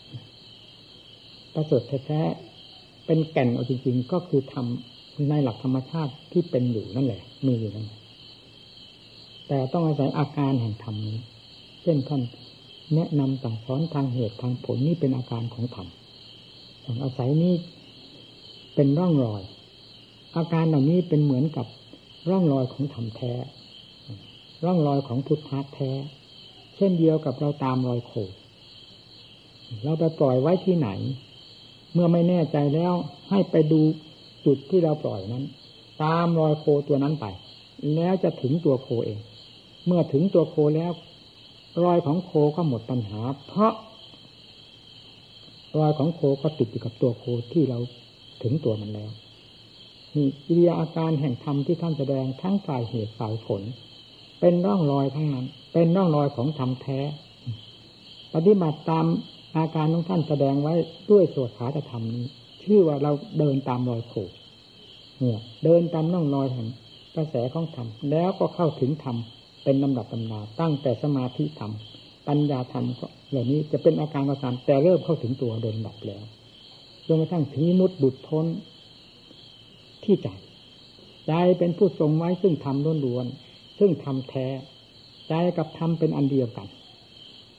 S1: ประเสริฐแท้ๆเป็นแก่นเอาจริงๆก็คือธรรมในหลักธรรมชาติที่เป็นอยู่นั่นแหละมีอยู่นั่นแต่ต้องอาศัยอาการแห่งธรรมนี้เช่นท่านแนะนำสั่งสอนทางเหตุทางผลนี่เป็นอาการของธรรมต้องอาศัยนี้เป็นร่องรอยอาการเหล่านี้เป็นเหมือนกับร่องรอยของธรรมแท้ร่องรอยของพุทธะแท้เช่นเดียวกับเราตามรอยโคเราไปปล่อยไว้ที่ไหนเมื่อไม่แน่ใจแล้วให้ไปดูจุดที่เราปล่อยนั้นตามรอยโคตัวนั้นไปแล้วจะถึงตัวโคเองเมื่อถึงตัวโคแล้วรอยของโคก็หมดปัญหาเพราะรอยของโคก็ติดอยู่กับตัวโคที่เราถึงตัวมันแล้วนี่กิริยาอาการแห่งธรรมที่ท่านแสดงทั้งฝ่ายเหตุฝ่ายผลเป็นร่องรอยทั้งนั้นเป็นร่องรอยของธรรมแท้ปฏิบัติตามอาการของท่านแสดงไว้ด้วยสวขาตธรรมนี้ชื่อว่าเราเดินตามรอยโคเนี่ยเดินตามร่องรอยแห่งกระแสของธรรมแล้วก็เข้าถึงธรรมเป็นลำดับลำดาตั้งแต่สมาธิธรรมปัญญาธรรมเหล่านี้จะเป็นอาการประสานแต่เริ่มเข้าถึงตัวโดยลำดับแล้วจนกระทั่งถึงมุดบุดพ้นที่ใจใจเป็นผู้ทรงไว้ซึ่งธรรมล้วนๆซึ่งธรรมแท้ใจกับธรรมเป็นอันเดียวกัน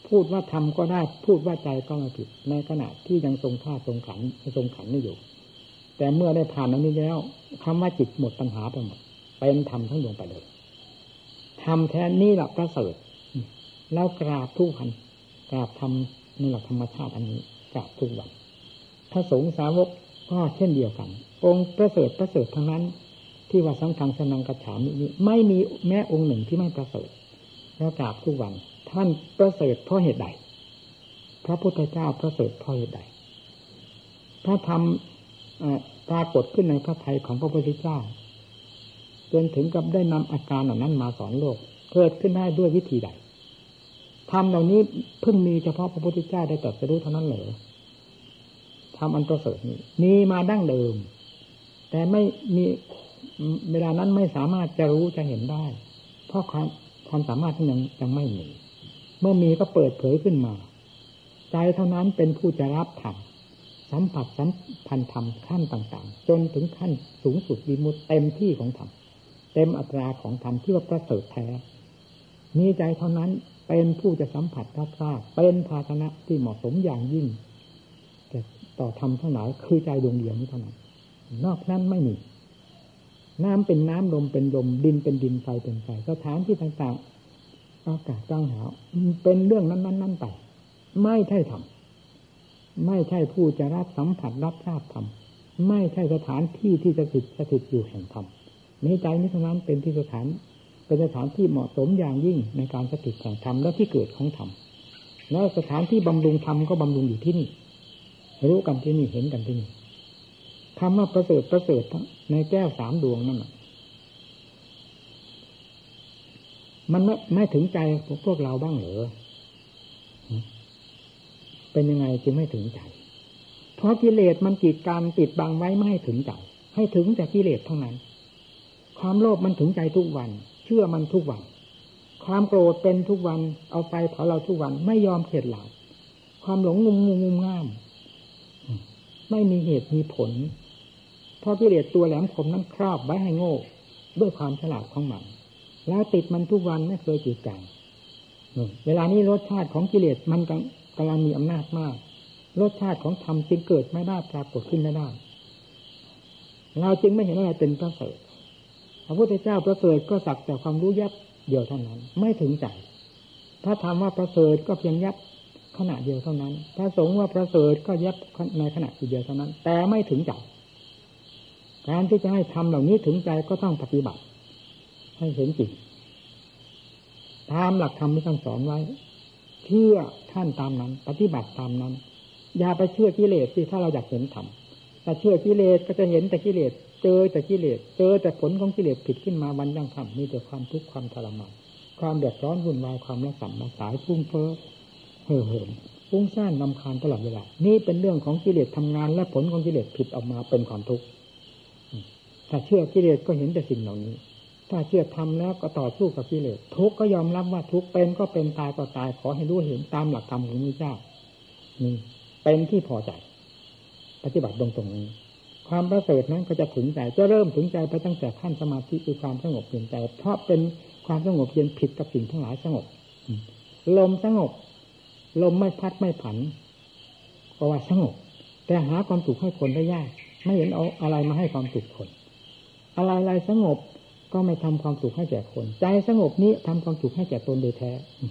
S1: พูดว่าทำก็ได้พูดว่าใจก็ไม่ผิดในขณะที่ยังทรงท่าทรงขันทรงขันนี่อยู่แต่เมื่อได้ผ่านอันนี้แล้วคำว่าจิตหมดปัญหาไปหมดเป็นธรรมทั้งดวงไปเลยธรรมแท้นี่แหละประเสริฐแล้วกราบทุกวันกราบธรรมในหลักธรรมชาติอันนี้กราบทุกวันพระสงฆ์สาวกก็เช่นเดียวกันองค์ประเสริฐประเสริฐทั้งนั้นที่ว่าสังฆังสนังกัจฉามินี้ไม่มีแม้องค์หนึ่งที่ไม่ประเสริฐแล้วกราบทุกวันท่านประเสริฐเพราะเหตุใดพระพุทธเจ้าประเสริฐเพราะเหตุใดพระธรรมปรากฏขึ้นในพระทัยของพระพุทธเจ้าจนถึงกับได้นำอาการเหล่านั้นมาสอนโลกเกิดขึ้นได้ด้วยวิธีใดธรรมเหล่านี้เพิ่งมีเฉพาะพระพุทธเจ้าได้ตรัสรู้เท่านั้นเหรอธรรมอันประเสริฐนี้มีมาดั้งเดิมแต่ไม่มีเวลานั้นไม่สามารถจะรู้จะเห็นได้เพราะความความสามารถที่ยังยังไม่มีเมื่อมีก็เปิดเผยขึ้นมาใจเท่านั้นเป็นผู้จะรับธรรมสัมผัสสัมพันธ์ธรรมขั้นต่างๆจนถึงขั้นสูงสุดวิมุตติเต็มที่ของธรรมเต็มอัตราของธรรมที่ว่าประเสริฐแท้มีใจเท่านั้นเป็นผู้จะสัมผัสรับทราบเป็นภาชนะที่เหมาะสมอย่างยิ่งแต่ต่อธรรมทั้งหลายคือใจดวงเดียวนี้เท่านั้นนอกนั้นไม่มีน้ำเป็นน้ำลมเป็นลมดินเป็นดินไฟเป็นไฟสถานที่ต่างๆอากาศต่างหาเป็นเรื่องนั้นๆนั่นไปไม่ใช่ธรรมไม่ใช่ผู้จะรับสัมผัสรับทราบธรรมไม่ใช่สถานที่ที่จะสถิตสถิตอยู่แห่งธรรมในใจนี้เท่านั้นเป็นที่สถานเป็นสถานที่เหมาะสมอย่างยิ่งในการสถิตแห่งธรรมและที่เกิดของธรรมแล้วสถานที่บำรุงธรรมก็บำรุงอยู่ที่นี่รู้กันที่นี่เห็นกันที่นี่คำว่าประเสริฐประเสริฐในแก้วสามดวงนั่นแหละมันไม่ไม่ถึงใจพวกเราบ้างเหรอเป็นยังไงจึงไม่ถึงใจเพราะกิเลสมันกีดกันปิดบังไว้ไม่ให้ถึงใจให้ถึงแต่กิเลสเท่านั้นความโลภมันถึงใจทุกวันเชื่อมันทุกวันความโกรธเป็นทุกวันเอาไฟเผาเราทุกวันไม่ยอมเข็ดหลาบความหลงงุมงุมงุมง่ามไม่มีเหตุมีผลเพราะกิเลสตัวแหลมคมนั้นครอบไว้ให้โง่ด้วยความฉลาดของมันแล้วติดมันทุกวันไม่เคยจืดจางเวลานี้รสชาติของกิเลสมันกำลังมีอำนาจมากรสชาติของธรรมจึงเกิดไม่ได้ปรากฏขึ้นไม่ได้เราจึงไม่เห็นอะไรเป็นประเสริฐพระพุทธเจ้าประเสริฐก็สักแต่ความรู้ยับเดียวเท่านั้นไม่ถึงใจถ้าถามว่าประเสริฐก็เพียงยับขณะเดียวเท่านั้นพระสงฆ์ว่าประเสริฐก็ยับในขณะเดียวเท่านั้นแต่ไม่ถึงใจการที่จะให้ทำเหล่านี้ถึงใจก็ต้องปฏิบัติให้เห็นจริงตามหลักธรรมที่ท่านสอนไว้เชื่อท่านตามนั้นปฏิบัติตามนั้นอย่าไปเชื่อกิเลสที่ถ้าเราอยากเห็นธรรมถ้าเชื่อกิเลสก็จะเห็นแต่กิเลสเจอแต่กิเลสเจอแต่ผลของกิเลสผิดขึ้นมาวันยังค่ำมีแต่ความทุกข์ความทรมานความเดือดร้อนวุ่นวายความระส่ำระสายฟุ้งเฟ้อเห่อเหิมฟุ้งซ่านรำคาญตลอดเวลานี่เป็นเรื่องของกิเลสทำงานและผลของกิเลสผิดออกมาเป็นความทุกข์ถ้าเชื่อกิเลสก็เห็นแต่สิ่งเหล่านี้ถ้าเชื่อธรรมแล้วก็ต่อสู้กับกิเลสทุกข์ก็ยอมรับว่าทุกข์เป็นก็เป็นตายก็ตายขอให้รู้เห็นตามหลักธรรมของพระเจ้านี่เป็นที่พอใจปฏิบัติตรงๆนี้ความประเสริฐนั้นก็จะถึงใจจะเริ่มถึงใจไปตั้งแต่ขั้นสมาธิคือความสงบเย็นใจเพราะเป็นความสงบเย็นผิดกับสิ่งทั้งหลายสงบลมสงบลมไม่พัดไม่ผันก็ว่าสงบแต่หาความสุขให้คนได้ยากไม่เห็นเอาอะไรมาให้ความสุขคนอะไรๆสงบก็ไม่ทำความสุขให้แก่คนใจสงบนี้ทำความสุขให้แก่ตนโดยแท้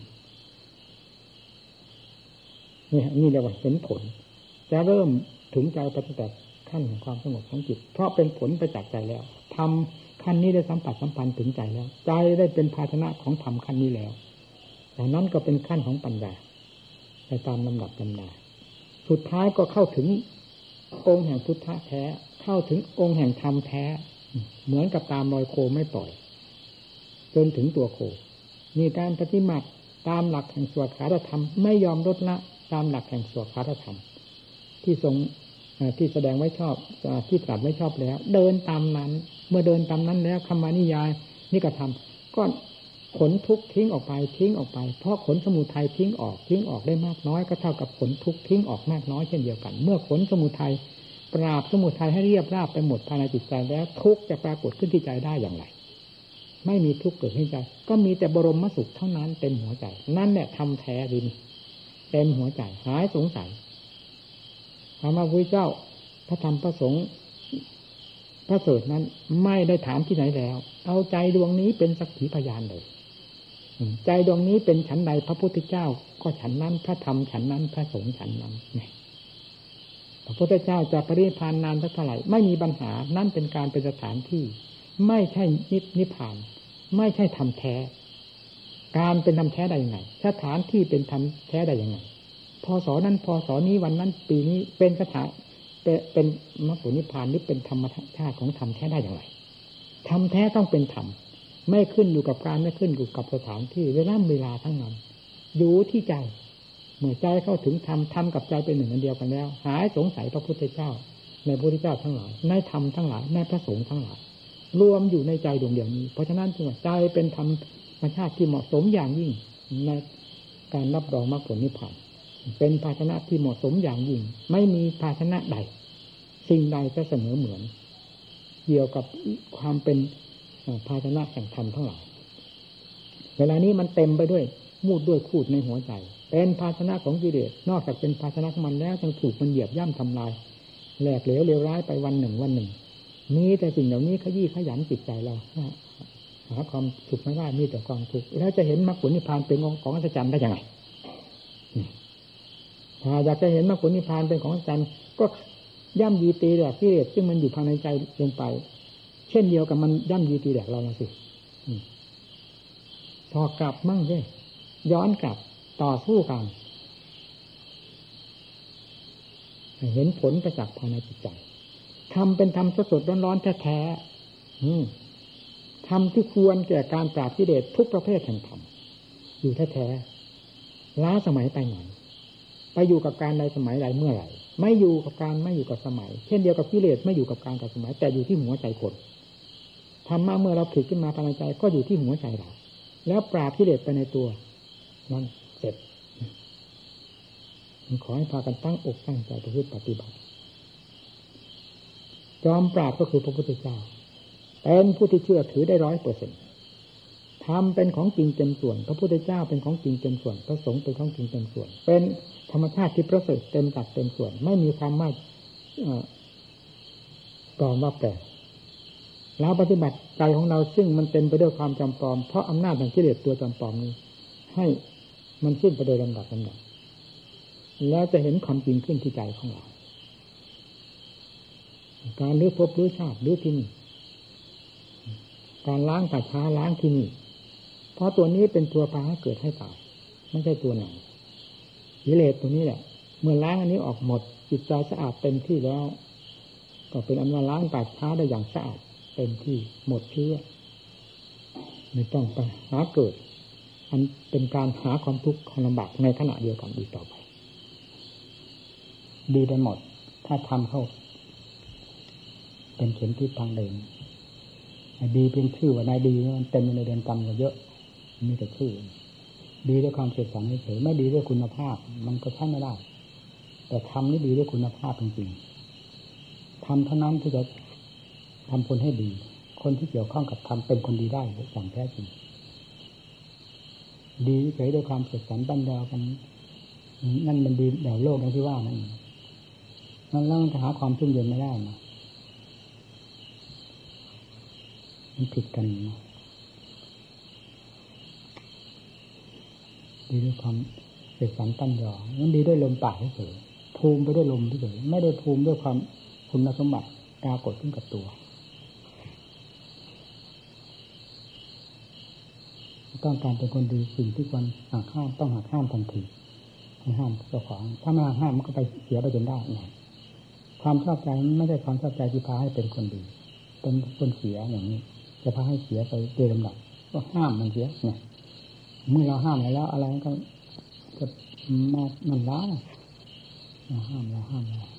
S1: นี่นี่เรียกว่าเห็นผลจะเริ่มถึงใจไปตั้งแต่ขั้นของความสงบของจิตเพราะเป็นผลไปจากใจแล้วทำขั้นนี้ได้สัมผัสสัมพันธ์ถึงใจแล้วใจได้เป็นภาชนะของธรรมขั้นนี้แล้วจากนั้นก็เป็นขั้นของปัญญาไปตามลำดับลำดาสุดท้ายก็เข้าถึงองค์แห่งพุทธะแท้เข้าถึงองค์แห่งธรรมแท้เหมือนกับตามรอยโคไม่ปล่อยจนถึงตัวโคมีการปฏิบัติตามหลักแห่งสวขาธรรมไม่ยอมลดละตามหลักแห่งสวขาธรรมที่ทรงที่แสดงไว้ชอบที่ตรัสไว้ชอบแล้วเดินตามนั้นเมื่อเดินตามนั้นแล้วคำวานิยายนิกธรรมก็ขนทุกข์ทิ้งออกไปทิ้งออกไปเพราะขนสมุทัยทิ้งออกทิ้งออกได้มากน้อยก็เท่ากับขนทุกข์ทิ้งออกมากน้อยเช่นเดียวกันเมื่อขนสมุทัยปราบสมุทัยให้เรียบราบไปหมดภายในจิตใจแล้วทุกข์จะปรากฏขึ้นที่ใจได้อย่างไรไม่มีทุกข์เกิดขึ้นใจก็มีแต่บรมสุขเท่านั้นเต็มหัวใจนั่นแหละธรรมแท้ดินเต็มหัวใจหายสงสัยถามว่าพระเจ้าพระธรรมพระสงฆ์พระเสด็จนั้นไม่ได้ถามที่ไหนแล้วเอาใจดวงนี้เป็นสักขีพยานเลยใจดวงนี้เป็นฉันใดพระพุทธเจ้าก็ฉันนั้นพระธรรมฉันนั้นพระสงฆ์ฉันนั้นนี่พระพุทธเจ้าจะปรินิพพานนานสักเท่าไหร่ไม่มีปัญหานั่นเป็นการเป็นสถานที่ไม่ใช่นิพพานไม่ใช่ธรรมแท้การเป็นธรรมแท้ได้ยังไงสถานที่เป็นธรรมแท้ได้ยังไงพศนั้นพศนี้วันนั้นปีนี้เป็นสถานเป็นมรรคผลนิพพานหรือเป็นธรรมชาติของธรรมแท้ได้อย่างไรธรรมแท้ต้องเป็นธรรมไม่ขึ้นอยู่กับการไม่ขึ้นอยู่กับสถานที่เวลาเวลาทั้งนั้นอยู่ที่ใจเมื่อใจเข้าถึงธรรมธรรมกับใจเป็นหนึ่งอันเดียวกันแล้วหายสงสัยพระพุทธเจ้าในพระพุทธเจ้าทั้งหลายในธรรมทั้งหลายในพระสงฆ์ทั้งหลายรวมอยู่ในใจดวงเดียวนี้เพราะฉะนั้นจึงว่าใจเป็นธรรมชาติที่เหมาะสมอย่างยิ่งในการรับรองมรรคผลนิพพานเป็นภาชนะที่เหมาะสมอย่างยิ่งไม่มีภาชนะใดสิ่งใดจะเสมอเหมือนเกี่ยวกับความเป็นภาชนะแห่งธรรมทั้งหลายเวลานี้มันเต็มไปด้วยมูดด้วยคูดในหัวใจเป็นภาชนะของกิเลสนอกจากเป็นภาชนะของมันแล้วยังถูกมันเหยียบย่ำทำลายแหลกเหลวเลวร้ายไปวันหนึ่งวันหนึ่งมีแต่สิ่งเหล่านี้ขยี้ขยันจิตใจเราหาความสุขไม่ได้มีแต่ความทุกข์แล้วจะเห็นมรรคผลนิพพานเป็นของอัศจรรย์ได้ยังไงถ้าอยากจะเห็นมรรคผลนิพพานเป็นของอัศจรรย์ก็ย่ำยีตีแหลกกิเลสซึ่งมันอยู่ภายในใจลงไปเช่นเดียวกับมันย่ำยีตีแหลกเราละสิพอกลับมั่งสิย้อนกลับต่อสู้กันเห็นผลประจักษ์ภายในจิตใจทำเป็นธรรมสดๆร้อนๆแท้ๆธรรมที่ควรแก่การปราบกิเลสทุกประเภทแห่งธรรมอยู่แท้ๆล้าสมัยไปไหนไปอยู่กับการใดสมัยใดเมื่อไหร่ไม่อยู่กับการไม่อยู่กับสมัยเช่นเดียวกับกิเลสไม่อยู่กับการกับสมัยแต่อยู่ที่หัวใจคนธรรมะเมื่อเราผลิตขึ้นมาภายในใจก็อยู่ที่หัวใจเราแล้วปราบกิเลสไปในตัวนั่นเสร็จขอให้พากันตั้งอกตั้งใจประพฤติปฏิบัติจอมปราบก็คือพระพุทธเจ้าเป็นผู้ที่เชื่อถือได้ร้อยเปอร์เซ็นต์ธรรมเป็นของจริงเต็มส่วนพระพุทธเจ้าเป็นของจริงเต็มส่วนพระสงฆ์เป็นของจริงเต็มส่วนเป็นธรรมชาติที่ประเสริฐเต็มจัดเต็มส่วนไม่มีความไม่ปลอมว่าแปลกแล้วปฏิบัติใจของเราซึ่งมันเต็มไปด้วยความจำปลอมเพราะอำนาจแห่งกิเลสตัวจำปลอมนี้ให้มันสิ้นไปโดยลำดับลำดับแล้วจะเห็นความจริงขึ้นที่ใจของเราการลื้อภพลื้อชาติลื้อที่นี่การล้างป่าช้าล้างที่นี่เพราะตัวนี้เป็นตัวพาให้เกิดให้ตายไม่ใช่ตัวไหนกิเลสตัวนี้แหละเมื่อล้างอันนี้ออกหมดจิตใจสะอาดเต็มที่แล้วก็เป็นอันว่าล้างป่าช้าได้อย่างสะอาดเต็มที่หมดเชื้อไม่ต้องไปหาเกิดอันเป็นการหาความทุกข์ความลำบากในขณะเดียวกันอีกต่อไปดีไปหมดถ้าทำเข้าเป็นเข็มทิศทางเดินดีเป็นชื่อว่านายดีมันเต็มในเดือนจำกันเยอะมีแต่ชื่อดีด้วยความเสียสังเฉยไม่ดีด้วยคุณภาพมันก็ใช้ไม่ได้แต่ทำนี่ดีด้วยคุณภาพจริงๆทำเท่านั้นที่จะทำคนให้ดีคนที่เกี่ยวข้องกับทำเป็นคนดีได้อย่างแท้จริงดีเฉยด้วยความเสียสันบันดากันนั่นมันดีแบบโลกอย่างที่ว่านั่นนั่นแล้วมันจะหาความชุ่มเย็นไม่ได้นะมันผิดกันนะดีด้วยความเสกสรรตั้นยอมันดีด้วยลมปากเฉยภูมิไปด้วยลมเฉยไม่ได้ภูมิด้วยความคุณสมบัติปรากฏขึ้นกับตัวต้องการเป็นคนดีสิ่งที่ควรหักห้ามต้องหักห้ามทันทีให้ห้ามเจ้าของถ้าไม่ห้ามมันก็ไปเสียไปจนได้ไงความชอบใจไม่ใช่ความชอบใจที่พาให้เป็นคนดีเป็นคนเสียอย่างนี้จะพาให้เสียไปโดยลำดับก็ห้ามมันเสียไงเมื่อเราห้ามแล้วอะไรก็จะมามันล้าเราห้ามเราห้ามเรา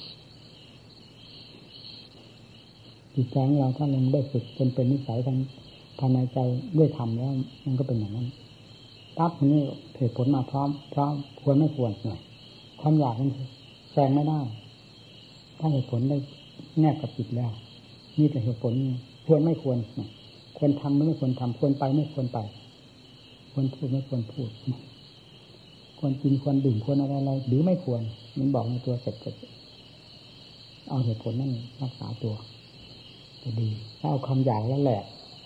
S1: จิตใจของเราถ้าเราได้ฝึกจนเป็นนิสัยทางภายในใจด้วยธรรมแล้วมันก็เป็นอย่างนั้นปั๊บนี่เหตุผลมาพร้อมพร้อมควรไม่ควรหน่อยความอยากมันแซงไม่ได้ถ้าเหตุผลได้แนบกับจิตแล้วนี่แต่เหตุผลควรไม่ควรควรทำไม่ควรทำควรไปไม่ควรไปควรพูดไม่ควรพูดควรกินควรดื่มควรอะไรอะไรหรือไม่ควรมันบอกในตัวเสร็จจะเอาเหตุผลนั่นรักษาตัวจะดีถ้าเอาความอยากแล้วแหละ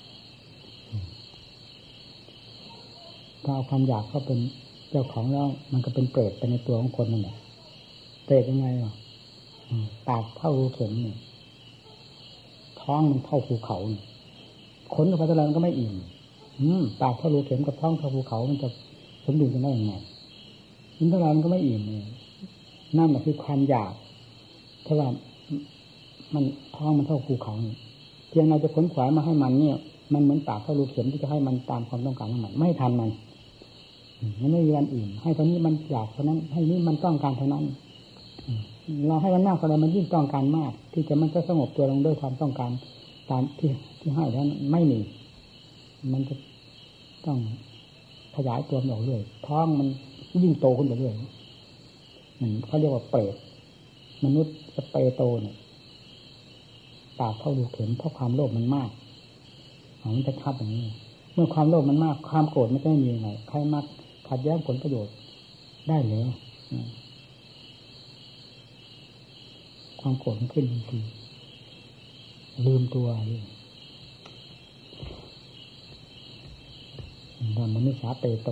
S1: ถ้าเอาความอยากเข้าเป็นเจ้าของแล้วมันก็เป็นเปรตไปในตัวของคนนั่นแหละเปรตยังไงอ่ะปากเท่ารูเข็มเนี่ยท้องมันเท่าภูเขาเนี่ยขนกับพัทลันก็ไม่อิ่มปากเท่ารูเข็มกับท้องเท่าภูเขามันจะสมดุลกันได้ยังไงอินทรายมันก็ไม่อิ่มเลยนั่นแหละคือความอยากถ้าว่ามันท้องมันเท่าภูเขาเพียงเราจะขนขวายมาให้มันเนี่ยมันเหมือนปากเท่ารูเข็มที่จะให้มันตามความต้องการของมันไม่ทันมันมันไม่มีวันอิ่มให้เท่านี้มันอยากเท่านั้นให้นี้มันต้องการเท่านั้นเราให้มันมากเท่าไรมันยิ่งต้องการมากที่จะมันจะสงบตัวลงด้วยความต้องการตามที่ที่ให้แล้วไม่มีมันจะต้องขยายตัวออกเรื่อยท้องมันยิ่งโตขึ้นไปเรื่อยเขาเรียกว่าเปรตมนุษย์สเปโตเนี่ยปากเท่ารูเข็มเพราะความโลภมันมากมันจะชัดอย่างนี้เมื่อความโลภมันมากความโกรธไม่ได้มีไงใครมักขัดแย้งผลประโยชน์ได้เลยความโกรธมันขึ้นทันทีลืมตัวเลยตอนมนุษย์สาเปโต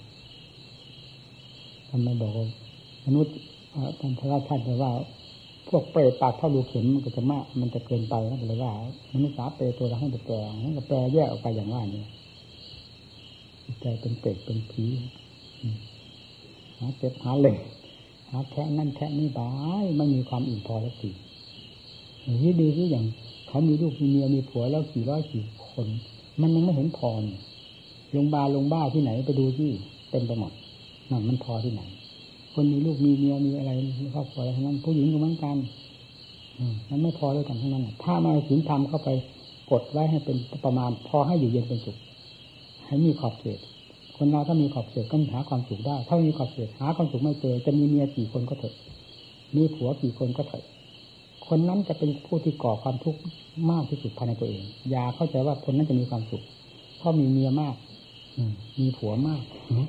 S1: ทำไมบอกว่ามนุษย์ท่านพระราชาจะว่าพวกเปรตปากเท่ารูเข็มมันก็จะมากมันจะเกินไปแล้วเลยว่ามนุษย์สาเปโตเราให้ไปแปลให้ก็แปลแยกออกไปอย่างว่านี้ใจเป็นเปรตเป็นผีหาเจ็บหาเลยหาแค่นั่นแค่นี้บายไม่มีความอิ่มพอสักทีอย่างนี้ดูที่อย่างเขามีลูกมีเมียมีผัวแล้วกี่ร้อยกี่คนมันยังไม่เห็นพอโรงพยาบาลโรงพยาบาลที่ไหนไปดูที่เต็มไปหมดนั่นมันพอที่ไหนคนมีลูกมีเมียมีอะไรมีครอบครัวอะไรทั้งนั้นผู้หญิงก็เหมือนกันมันไม่พอด้วยกันทั้งนั้นถ้ามาศีลธรรมเข้าไปกดไว้ให้เป็นประมาณพอให้อยู่เย็นเป็นสุขให้มีขอบเขตคนเราถ้ามีขอบเขตก็หาความสุขได้ถ้ามีขอบเขตหาความสุขไม่เจอจะมีเมียกี่คนก็เถอะมีผัวกี่คนก็เถอะคนนั้นจะเป็นผู้ที่ก่อความทุกข์มากที่สุดภายในตัวเองอย่าเข้าใจว่าคนนั้นจะมีความสุขเพราะมีเมียมากมีผัวมาก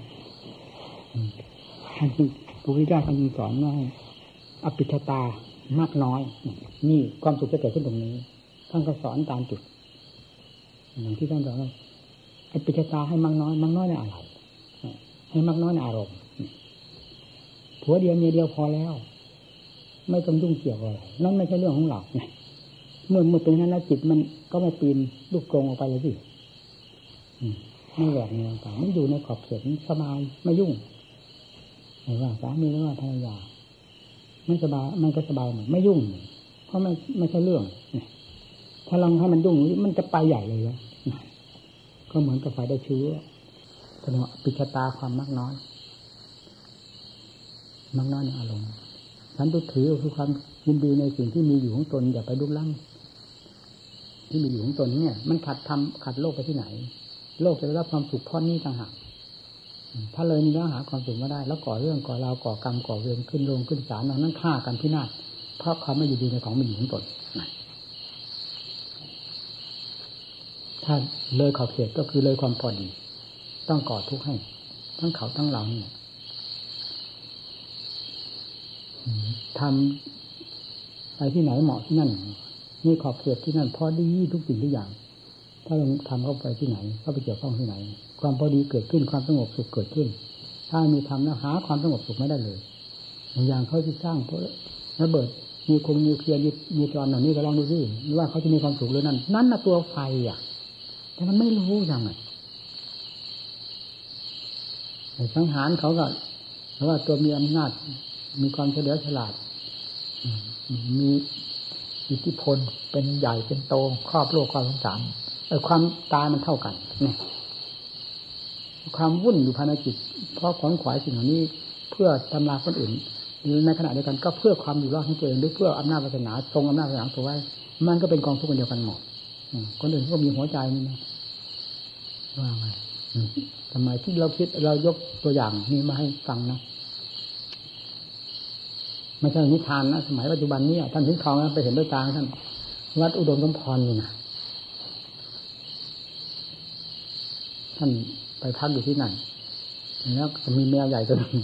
S1: ท่านพระพุทธเจ้าท่านสอนว่าอภิชตามากน้อยนี่ความสุขจะเกิดขึ้นตรงนี้ท่านก็สอนตามจุดอย่างที่ท่านสอนว่าอภิชตาให้มากน้อยมากน้อยในอะไรให้มากน้อยในอารมณ์ผัวเดียวเมียเดียวพอแล้วไม่ต้องยุ่งเกี่ยวอะไรนั่นไม่ใช่เรื่องของเราไงเมื่อเมื่อเป็นนั้นแล้วจิตมันก็ไม่ปีนลูกกรงออกไปเลยสิไม่แหวกแนวต่างมันอยู่ในขอบเขตสบายไม่ยุ่งไม่ว่าสามีหรือว่าภรรยาไม่สบายมันก็สบายเหมือนไม่ยุ่งเพราะไม่ไม่ใช่เรื่องถ้าลองให้มันยุ่งมันจะไปใหญ่เลยนะก็เหมือนกับไฟได้เชื้อแสดงว่าปิชตาความมากน้อยมากน้อยในอารมณ์ฉันตัวถือคือความยินดีในสิ่งที่มีอยู่ของตนอย่าไปลุกล้ำที่มีอยู่ของตนเนี่ยมันขัดทำขัดโลกไปที่ไหนโลกจะได้รับความสุขเพราะนี้ต่างหากถ้าเลยมีแล้วหาความสุขไม่ได้แล้วก่อเรื่องก่อราวก่อกรรมก่อเวรขึ้นโรงขึ้นศาลนั้นฆ่ากันพินาศเพราะความไม่อยู่ดีในของมีอยู่ของตนถ้าเลยขอบเขตก็คือเลยความพอดีต้องก่อทุกข์ให้ทั้งเขาทั้งเราเนี่ยทำไปที่ไหนเหมาะที่นั่นมีขอบเขตที่นั่นพอดีทุกสิ่งทุกอย่างถ้าเราทำเข้าไปที่ไหนเข้าไปเกี่ยวข้องที่ไหนความพอดีเกิดขึ้นความสงบสุขเกิดขึ้นถ้ามีทำแล้วหาความสงบสุขไม่ได้เลยอย่างเขาที่สร้างเพราะระเบิดมีคงนิวเคลียร์มีตอนเหล่านี้ก็ลองดูสิว่าเขาจะมีความสุขหรือนั่นนั่นน่ะตัวไฟอ่ะแต่มันไม่รู้ยังไงสังหารเขาก็เพราะว่าตัวมีอำนาจมีความเฉลียวฉลาดมีอิทธิพลเป็นใหญ่เป็นโตครอบโลกครอบสงสารไอ้ความตายมันเท่ากันเนี่ยความวุ่นอยู่ภายในจิตเพราะขวนขวายสิ่งเหล่านี้เพื่อทำลายคนอื่นในขณะเดียวกันก็เพื่อความอยู่รอดของตัวเองหรือเพื่ออำนาจวาสนาทรงอำนาจวาสนาตัวไว้มันก็เป็นกองทุกข์เดียวกันหมดคนอื่นก็มีหัวใจนี่นะว่าไงทำไมที่เราคิดเรายกตัวอย่างนี้มาให้ฟังนะไม่ใช่นิทานนะสมัยปัจจุบันนี้ท่านทิ้งทองไปเห็นด้วยตาท่านวัดอุดมสมพรนี่นะท่านไปพักอยู่ที่นั่นแล้วมีแมวใหญ่ตัวนึง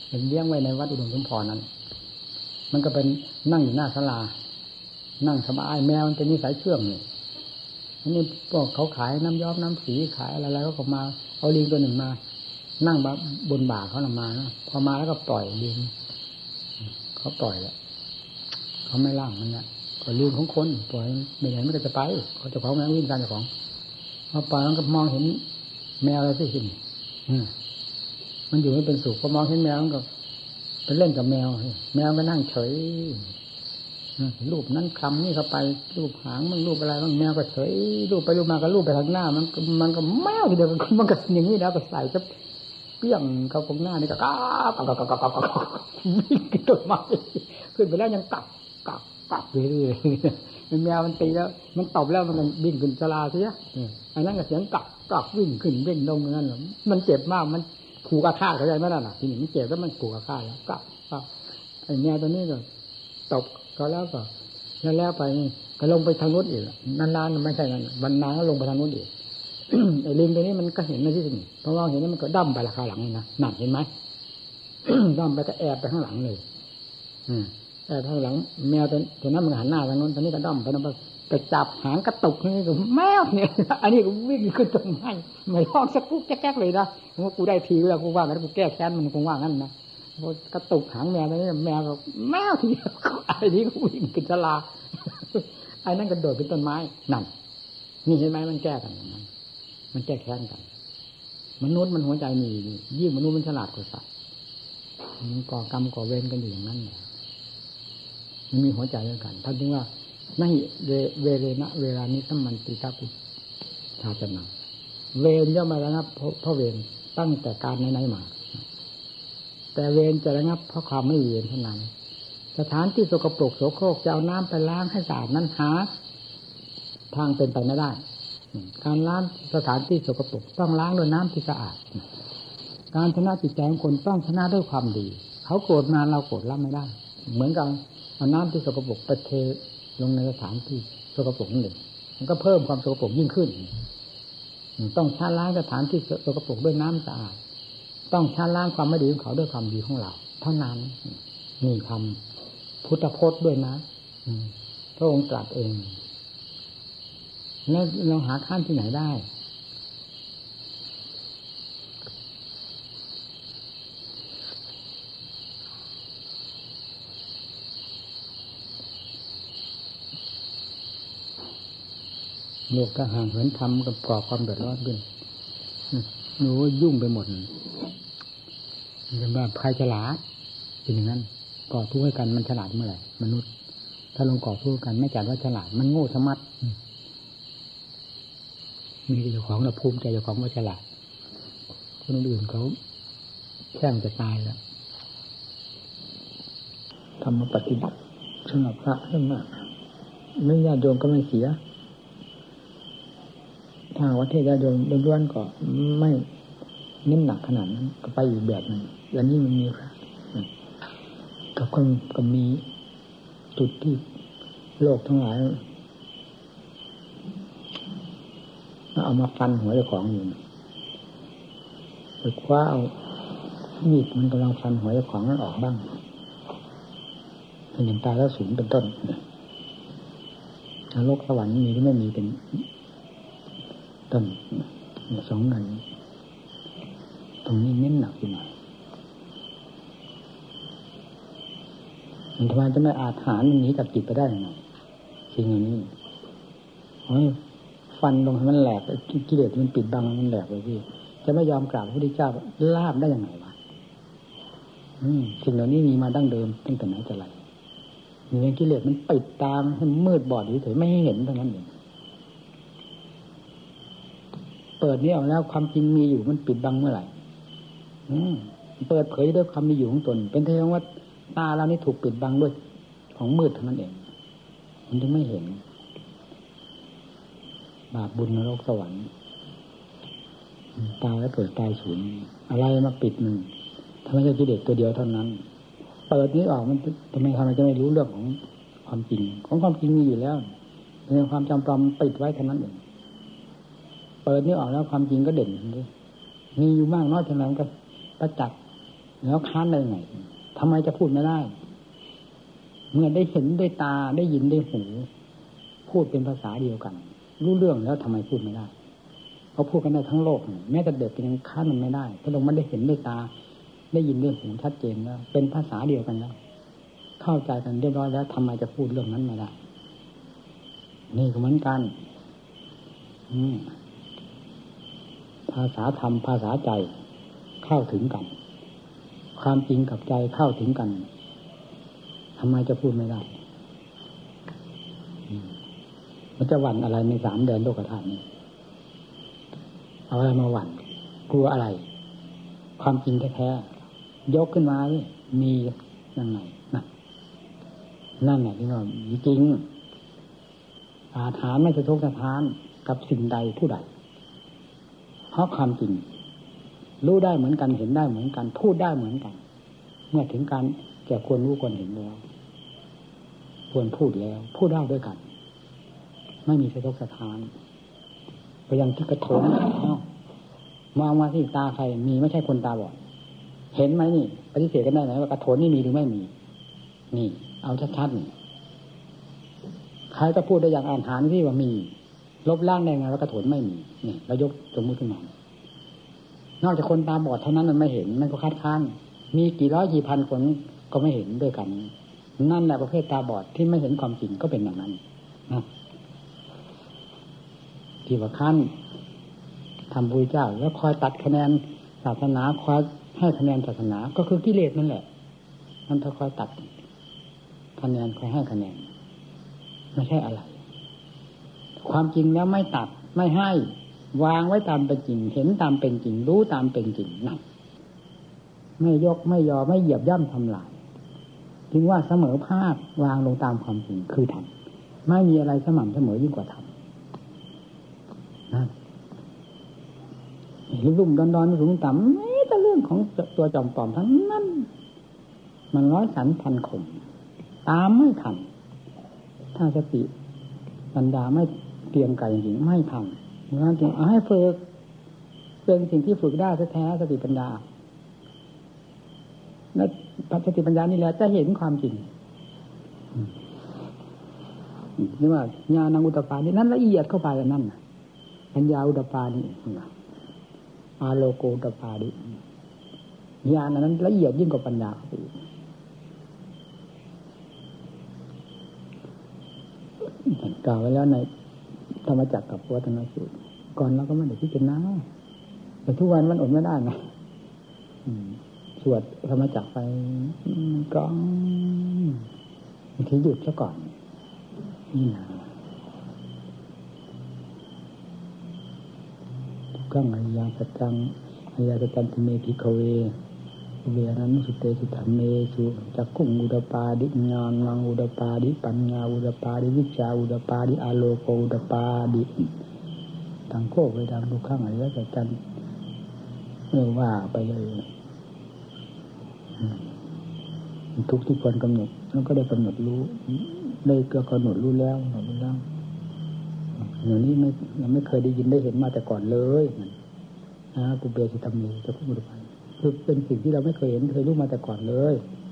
S1: เลี้ยงไว้ในวัดอุดมสมพรนั้นมันก็เป็นนั่งอยู่หน้าศาลานั่งสบายแมวมันเป็นนิสัยเชื่องนี่อันนี้พวกเขาขายน้ำย้อมน้ำสีขายอะไรๆเขาก็มาเอาลิงตัวหนึ่งมานั่งบนบ่าเขาหนามานะพอมาแล้วก็ปล่อยลิงเขาปล่อยแหละเขาไม่ล่างมันนะก็ลิงของคนปล่อยไม่ไหนมันก็จะไปเขาจะของแมววิ่งกันเจ้าของพอปล่อยมันก็มองเห็นแมวอะไรสิสิมันอยู่ไม่เป็นสุขพอมองเห็นแมวมันก็ไปเล่นกับแมวแมวก็นั่งเฉยรูปนั้นคำนี่เข้าไปรูปหางมันรูปอะไรบ้างแมวก็เฉยรูปไปรูปมาก็รูปไปทางหน้ามันมันก็แมวทีเดียวมันก็อย่างนี้แล้วก็ใส่ก็เปี้ยงเข้าตรงหน้านี่ก็ก้าวก้าวก้าวก้าวก้าวก้าววิ่งขึ้นต้นไม้ขึ้นไปแล้วยังกักกักกักเรื่อยๆแมวมันตีแล้วมันตบแล้วมันวิ่งขึ้นศาลาเสียอันนั้นก็เสียงกักกักวิ่งขึ้นวิ่งลงนั่นแหละมันเจ็บมากมันขู่กระฆ่าเข้าใจไหมล่ะน่ะทีนี้มันเจ็บแล้วมันขู่กระฆ่าแล้วกักกักไอ้แมวตัวนี้ก็ตบก็แล้วก็แล้วแล้วไปก็ลงไปทางโน้นอีกนานๆไม่ใช่นั่นวันนานก็ลงไปทางโน้นอีกไอ้ลิงตัวนี้มันก็เห็นในที่สุดเพราะว่าเห็นแล้วมันก็ดั้มไปราคาหลังนี่นะนั่นเห็นไหม ดั้มไปก็แอบไปข้างหลังเลยแอบข้างหลังแมวตัวตัวนั้นมันหันหน้าทางโน้นตัวนี้ก็ดั้มไปนั่นไปจับหางกระตุกนี่ก็แมวเนี่ยอันนี้ก็วิ่งขึ้นต้นไม้ไม่ร้องสักกุ๊กแก๊กเลยนะว่ากูได้ทีแล้วกูว่างั้นกูแก้แค้นมันคงว่างั้นนะกระตุกหางแมวแล้วแมวก็แมวทีไอ้นี้ก็วิ่งขึ้นศาลาไอ้นั่นกระโดดขึ้นต้นไม้นั่นนี่เห็นไหมมันแก้กันอย่างนั้นมันแก้แค้นกันมนุษย์มันหัวใจมียิ่งมนุษย์มันฉลาดกว่าสัตว์มันก่อกรรมก่อเวรกันอยู่อย่างนั้นเนี่ยมันมีหัวใจด้วยกันท่านจึงว่าไม่เวเวเรนะเวลานี้สัมมันติตาปุชาจนะเวรย่อมมาแล้วนะเพราะเวรตั้งแต่การไหนๆมาแต่เวรจะระงับเพราะความไม่เวรเท่านั้นสถานที่สกปรกโสโครกจะเอาน้ำไปล้างให้สะอาดนั้นหาทางเป็นไปไม่ได้การล้างสถานที่สกปรกต้องล้างด้วยน้ำที่สะอาดการชนะจิตใจของคนต้องชนะด้วยความดีเขาโกรธมาเราโกรธรับไม่ได้เหมือนกับเอาน้ำที่สกปรกไปเทลงในสถานที่สกปรกนั่นเองมันก็เพิ่มความสกปรกยิ่งขึ้นต้องชะล้างสถานที่สกปรกด้วยน้ำสะอาดต้องชะล้างความไม่ดีของเขาด้วยความดีของเราเท่านั้นมีคำพุทธพจน์ด้วยนะพระองค์ตรัสเองแล้วเราหาข้ามที่ไหนได้โลกก็ห่างเหินทำกับก่อความเดือดร้อนขึ้นโอ้ยยุ่งไปหมดเป็นว่าใครฉลาดเป็นอย่างนั้นก่อทุกข์ให้กันมันฉลาดเมื่อไหร่มนุษย์ถ้าลงก่อทุกข์กันไม่จัดว่าฉลาดมันโง่ชะมัดมีเจ้าของเราภูมิใจเจ้าของว่าฉลาดคนอื่นเขาแช่งจะตายแล้วทำมาปฏิบัติสำหรับพระขึ้นมาไม่ญาติโยมก็ไม่เสียถ้าวัดเทศญาติโยมล้วนๆก็ไม่เน้นหนักขนาดนั้นก็ไปอีกแบบหนึ่งอย่างนี้มันมีครับกับคนก็มีจุดที่โลกทั้งหลายเอามาฟันหัวเจ้าของอยู่ไปคว้าเอามีดมันกำลังฟันหัวเจ้าของนั้นออกบ้างเป็นอย่างตายแล้วสูญเป็นต้นนรกสวรรค์มีหรือไม่มีเป็นต้นสองนั้นตรงนี้เน้นหนักอยู่หน่อยมันทำไมจะไม่อาจหาหนีจากจิตไปได้ยังไงสิ่งเหล่านี้โอ้ยฟันลงให้มันแหลกกิเลสมันปิดบังมันแหลกเลยพี่จะไม่ยอมกราบพระพุทธเจ้าลาบได้ยังไงวะอืมสิ่งเหล่านี้มีมาดั้งเดิมตั้งแต่ไหนแต่ไรมีกิเลสมันปิดตามให้มืดบอดเฉยๆไม่ให้เห็นเท่านั้นเองเปิดนี้ออกแล้วความจริงมีอยู่มันปิดบังเมื่อไหร่อืมเปิดเผยด้วยความมีอยู่ของตนเป็นเท่าว่าตาเรานี่ถูกปิดบังด้วยของมืดเท่านั้นเองมันจึงไม่เห็นบาปบุญนรกสวรรค์ตายแล้วเกิดตายสูญอะไรมาปิดมันทำไมจะกิเลสตัวเดียวเท่านั้นเปิดนี้ออกมันทำไมทำไมจะไม่รู้เรื่องของความจริงของความจริงมีอยู่แล้วเรื่องความจำปลอมปิดไว้เท่านั้นเองเปิดนี้ออกแล้วความจริงก็เด่นเลยมีอยู่มากน้อยเท่านั้นก็ประจักษ์แล้วค้านได้ไงทำไมจะพูดไม่ได้เมื่อได้เห็นด้วยตาได้ยินด้วยหูพูดเป็นภาษาเดียวกันรู้เรื่องแล้วทำไมพูดไม่ได้เขาพูดกันได้ทั้งโลกแม้แต่เด็กยังค้านมันไม่ได้เพราะเราไม่ได้เห็นด้วยตาได้ยินด้วยหูชัดเจนแล้วเป็นภาษาเดียวกันแล้วเข้าใจกันเรียบร้อยแล้วทำไมจะพูดเรื่องนั้นไม่ได้นี่ก็เหมือนกันภาษาธรรมภาษาใจเข้าถึงกันความจริงกับใจเข้าถึงกันทำไมจะพูดไม่ได้มันจะหวั่นอะไรในสามแดนโลกธาตุนี้เอาอะไรมาหวั่นกลัวอะไรความจริงแท้ๆยกขึ้นมานี่มียังไงนั่นนั่นแหละที่ว่าจริงอาถรรพ์ไม่สะทกสะท้านกับสิ่งใดผู้ใดเพราะความจริงรู้ได้เหมือนกันเห็นได้เหมือนกันพูดได้เหมือนกันเมื่อถึงการแก่ควรรู้ควรเห็นแล้วควรพูดแล้วพูดได้ด้วยกันไม่มีสะทกสะท้านไปยังที่กระโถนมองมาที่ตาใครมีไม่ใช่คนตาบอดเห็นไหมนี่ปฏิเสธกันได้ไหมว่ากระโถนนี่มีหรือไม่มีนี่เอาชัดๆนี่ใครก็พูดได้อย่างอ่านหานที่ว่ามีลบล้างได้ไงว่ากระโถนไม่มีนี่เรายกสมมุติขึ้นมานอกจากคนตาบอดเท่านั้นมันไม่เห็นมันก็คัดค้านมีกี่ร้อยกี่พันคนก็ไม่เห็นด้วยกันนั่นแหละประเภทตาบอดที่ไม่เห็นความจริงก็เป็นอย่างนั้นนะที่ว่าขั้นทำบุญเจ้าแล้วคอยตัดคะแนนศาสนาคอยให้คะแนนศาสนาก็คือกิเลสนั่นแหละมันจะคอยตัดคะแนนคอยให้คะแนนไม่ใช่อะไรความจริงแล้วไม่ตัดไม่ให้วางไว้ตามเป็นจริงเห็นตามเป็นจริงรู้ตามเป็นจริงนั่นไม่ยกไม่ยอไม่เหยียบย่ำทำลายจึงว่าเสมอภาควางลงตามความจริงคือธรรมไม่มีอะไรสม่ำเสมอยิ่งกว่าธรรมนั่นลุ่มๆดอนๆสูงต่ำนี่แต่เรื่องของตัวจอมปลอมทั้งนั้นมันร้อยสันพันข่มตามไม่ทันถ้าสติปัญญาไม่เตรียมกายจริงๆไม่ทันงั้นจึงเอาให้ฝึกเป็นสิ่งที่ฝึกได้แท้ๆสติปัญญาและสติปัญญานี่แหละจะเห็นความจริงนี่ว่าญาณอุตตปานี่นั้นละเอียดเข้าไปกันนั่นปัญญาอุตตปานี่อาโลโกอุตตปาดิญาณนั้นละเอียดยิ่งกว่าปัญญาเข้าไปอีกกล่าวไว้แล้วในธรรมจักรกับวัฒนสูตรก่อนเราก็ไม่ได้พิจารณาแต่ทุกวันมันอดไม่ได้ไงสวดธรรมจักรไปก็บางทีหยุดซะก่อนนี่นะกังอริยสัจจังอริยสัจจันติเมธิขเวเวนันสุเตสุธรรมเมสุจักขุงอุดปาดิญาณังอุดปาดิปัญญาอุดปาดิวิชชาอุดปาดิอาโลโกอุดปาดิตังโคเวดังทุกขังอริยสัจจันเรียกว่าไปเลยทุกที่ควรกำหนดแล้วก็ได้กำหนดรู้ได้ก็กำหนดรู้แล้วกำหนดรู้แล้วอย่างนี้ไม่ยังไม่เคยได้ยินได้เห็นมาแต่ก่อนเลยนะปุเบสิธรรมเมจะพูดไปคือเป็นสิ่งที่เราไม่เคยเห็นเคยรู้มาแต่ก่อนเลย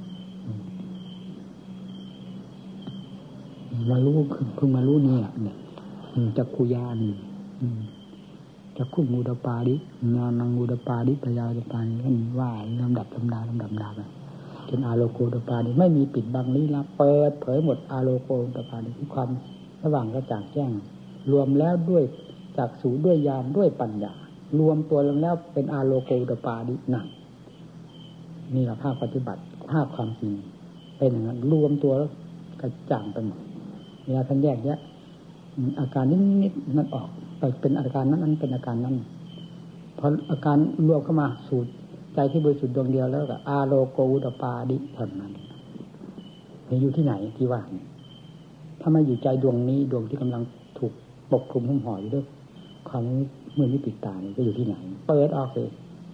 S1: มารู้เพิ่งมารู้เนี่ยเนี่ยจักขุญาณจักขุงูดปาดิญาณังงูดปาดิปัญญาอุดปาดิท่านว่าลำดับลำดาลำดับดาบจนอาโลโกอุดปาดิไม่มีปิดบังลี้ลับเปิดเผยหมดอาโลโกอุดปาดิที่ความสว่างกระจ่างแจ้งรวมแล้วด้วยจักษุด้วยญาณด้วยปัญญารวมตัวลงแล้วเป็นอาโลโกอุดปาดินั่นนี่แหละภาคปฏิบัติภาคความจริงเป็นอย่างนั้นรวมตัวแล้วกระจ่างไปหมดเวลาท่านแยกแยะอาการนิดๆนั้นออกไปเป็นอาการนั้นนั้นเป็นอาการนั้นพออาการรวมเข้ามาสู่ใจที่บริสุทธิ์ดวงเดียวแล้วก็อาโลโกอุตปาดิเท่านั้นอยู่ที่ไหนที่ว่าถ้าไม่อยู่ใจดวงนี้ดวงที่กำลังถูกปกคลุมหุ้มห่ออยู่ด้วยความมืดมิดปิดตานี่ก็อยู่ที่ไหนเปิดออกเลย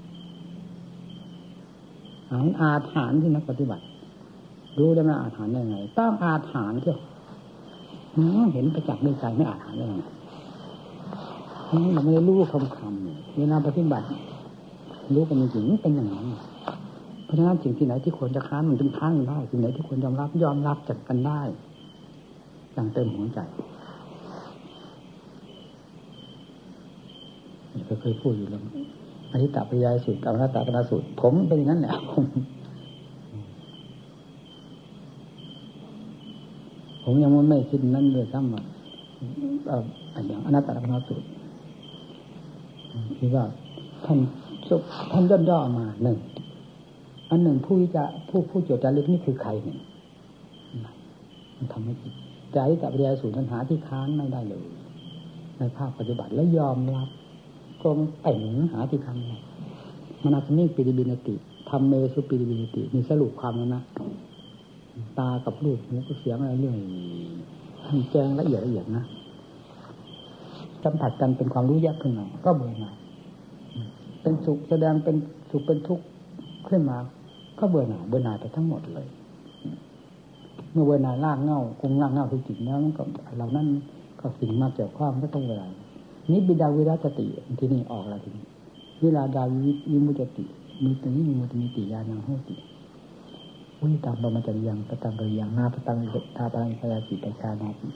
S1: อาอาถรรพ์ที่นักปฏิบัติรู้ได้ไหมอาถรรพ์ได้ไงต้องอาถรรพ์ที่เห็นประจักษ์ด้วยใจไม่อาถรรพ์ได้ไงเราไม่ได้รู้คำคำเวลาปฏิบัติรู้กันจริงๆเป็นอย่างนั้นราะฉะนั้นสิ่งที่ไหนที่ควรจะค้านมันจึงค้านได้สิ่งไหนที่ควรยอมรับยอมรับจัดกันได้อย่างเต็มหัวใจนี่ก็เคยพูดอยู่แล้วอธิตปริยายสูตรกับอนัตตปนาสูตรผมเป็นอย่างนั้นแหละผมผมยังไม่คิดนั่นเลยซ้ำว่าอย่างอนัตตปนาสูตรคิดว่าท่านท่านย่นย่อมาหนึ่งอันหนึ่งผู้จะผู้ผู้โจทย์จารึกนี่คือใครเนี่ยมันทำให้ใจกับปริยายสูตรปัญหาที่ค้านไม่ได้เลยในภาคปฏิบัติแล้วยอมรับกงเอ่งหาที่ค้านไม่มนาสมิปิริบินติทำเมสุปิริบินติมีสรุปความแล้วนะตากับรูปหูกับเสียงอะไรเรื่องท่านแจ้งละเอียดละเอียดนะสัมผัสกันเป็นความรู้แยกขึ้นมาก็เบื่อหน่ายเป็นสุขแสดงเป็นสุขเป็นทุกข์ขึ้นมาก็เบื่อหน่ายเบื่อหน่ายไปทั้งหมดเลยเมื่อเบื่อหน่ายลากเง่าคงลากเง่าทุกจิตแล้วมันก็เรานั่นก็สิ่งมาเกี่ยวข้องก็ต้องเวลานี้บิดาวิรัตติที่นี่ออกแล้วทีนี้เวลาดาวิวิมุจติมีตรงนี้มีมุตมิติญาณังโหติวิตามบรมจริยังปตังกริยังนาปตังตาปังพยาจิปชานาติ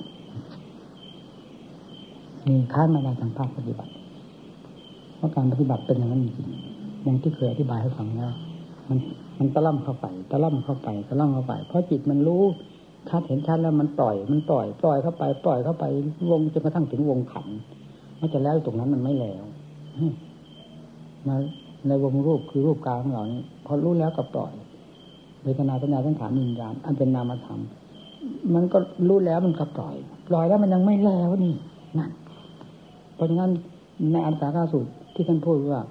S1: มีค้านมาในทางภาคปฏิบัติเพราะการปฏิบัติเป็นอย่างนั้นจริงๆอย่างที่เคยอธิบายให้ฟังแล้วมันมันตะล่ำเข้าไปตะล่ำเข้าไปตะล่ำเข้าไปเพราะจิตมันรู้ชัดเห็นชัดแล้วมันปล่อยมันปล่อยปล่อยเข้าไปปล่อยเข้าไปวงจนกระทั่งถึงวงขันมันจะแล้วตรงนั้นมันไม่แล้วมาในวงรูปคือรูปกายของเรานี่พอรู้แล้วก็ปล่อยเวทนาสัญญาสังขารวิญญาณอันเป็นนามธรรมมันก็รู้แล้วมันก็ปล่อยปล่อยแล้วมันยังไม่แล้วนี่นั่นเพราะฉะนั้นในอัตถกถาสูตรที่ท่านพูดว่า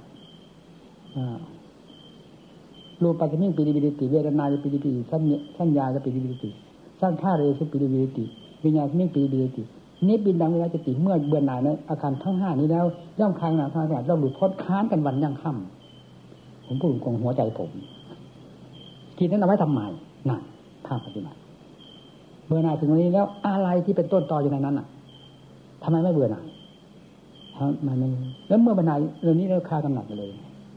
S1: รูปปัจจมิปิริบิติเวทนาปิริบิติสัญญาปิริบิติสังขารเรสุปิริบิติวิญญาณมิปิริบิตินิบินดังเวลาจติเมื่อเบื่อหน่ายในอาการทั้งห้านี้แล้วย่อมคลายหนาทางแบบเราหลุดพ้นค้านกันวันยังค่ำผมพูดตรงหัวใจผมทีนั้นเอาไว้ทำไมนั่นภาคปฏิบัติเบื่อหน่ายถึงวันนี้แล้วอะไรที่เป็นต้นตออยู่ในนั้นอ่ะทำไมไม่เบื่อหน่ายทำไมไม่แล้วเมื่อเบื่อหน่ายเรื่องนี้แล้วคลายกำหนัดไปเลย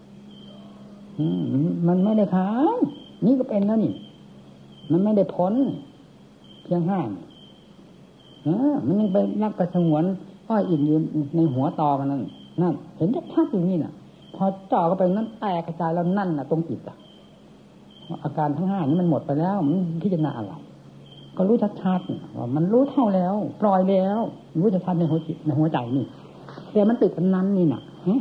S1: มันไม่ได้ค้างนี่ก็เป็นแล้วนี่มันไม่ได้พ้นเพียงห้ามันยังไปรักไปสงวนอ้อยอิ่มอยู่ในหัวตอมันนั่นนั่นเห็นชัดๆอย่างนี้น่ะพอจ่อเข้าไปนั้นแตกกระจายแล้วนั่นน่ะตรงจิตอ่ะอาการทั้งห้านี้มันหมดไปแล้วมันพิจารณาอะไรก็รู้ชัดๆว่ามันรู้เท่าแล้วปล่อยแล้วรู้ชัดๆในหัวจิตในหัวใจนี่แต่มันติดอันนั้นนี่น่ะ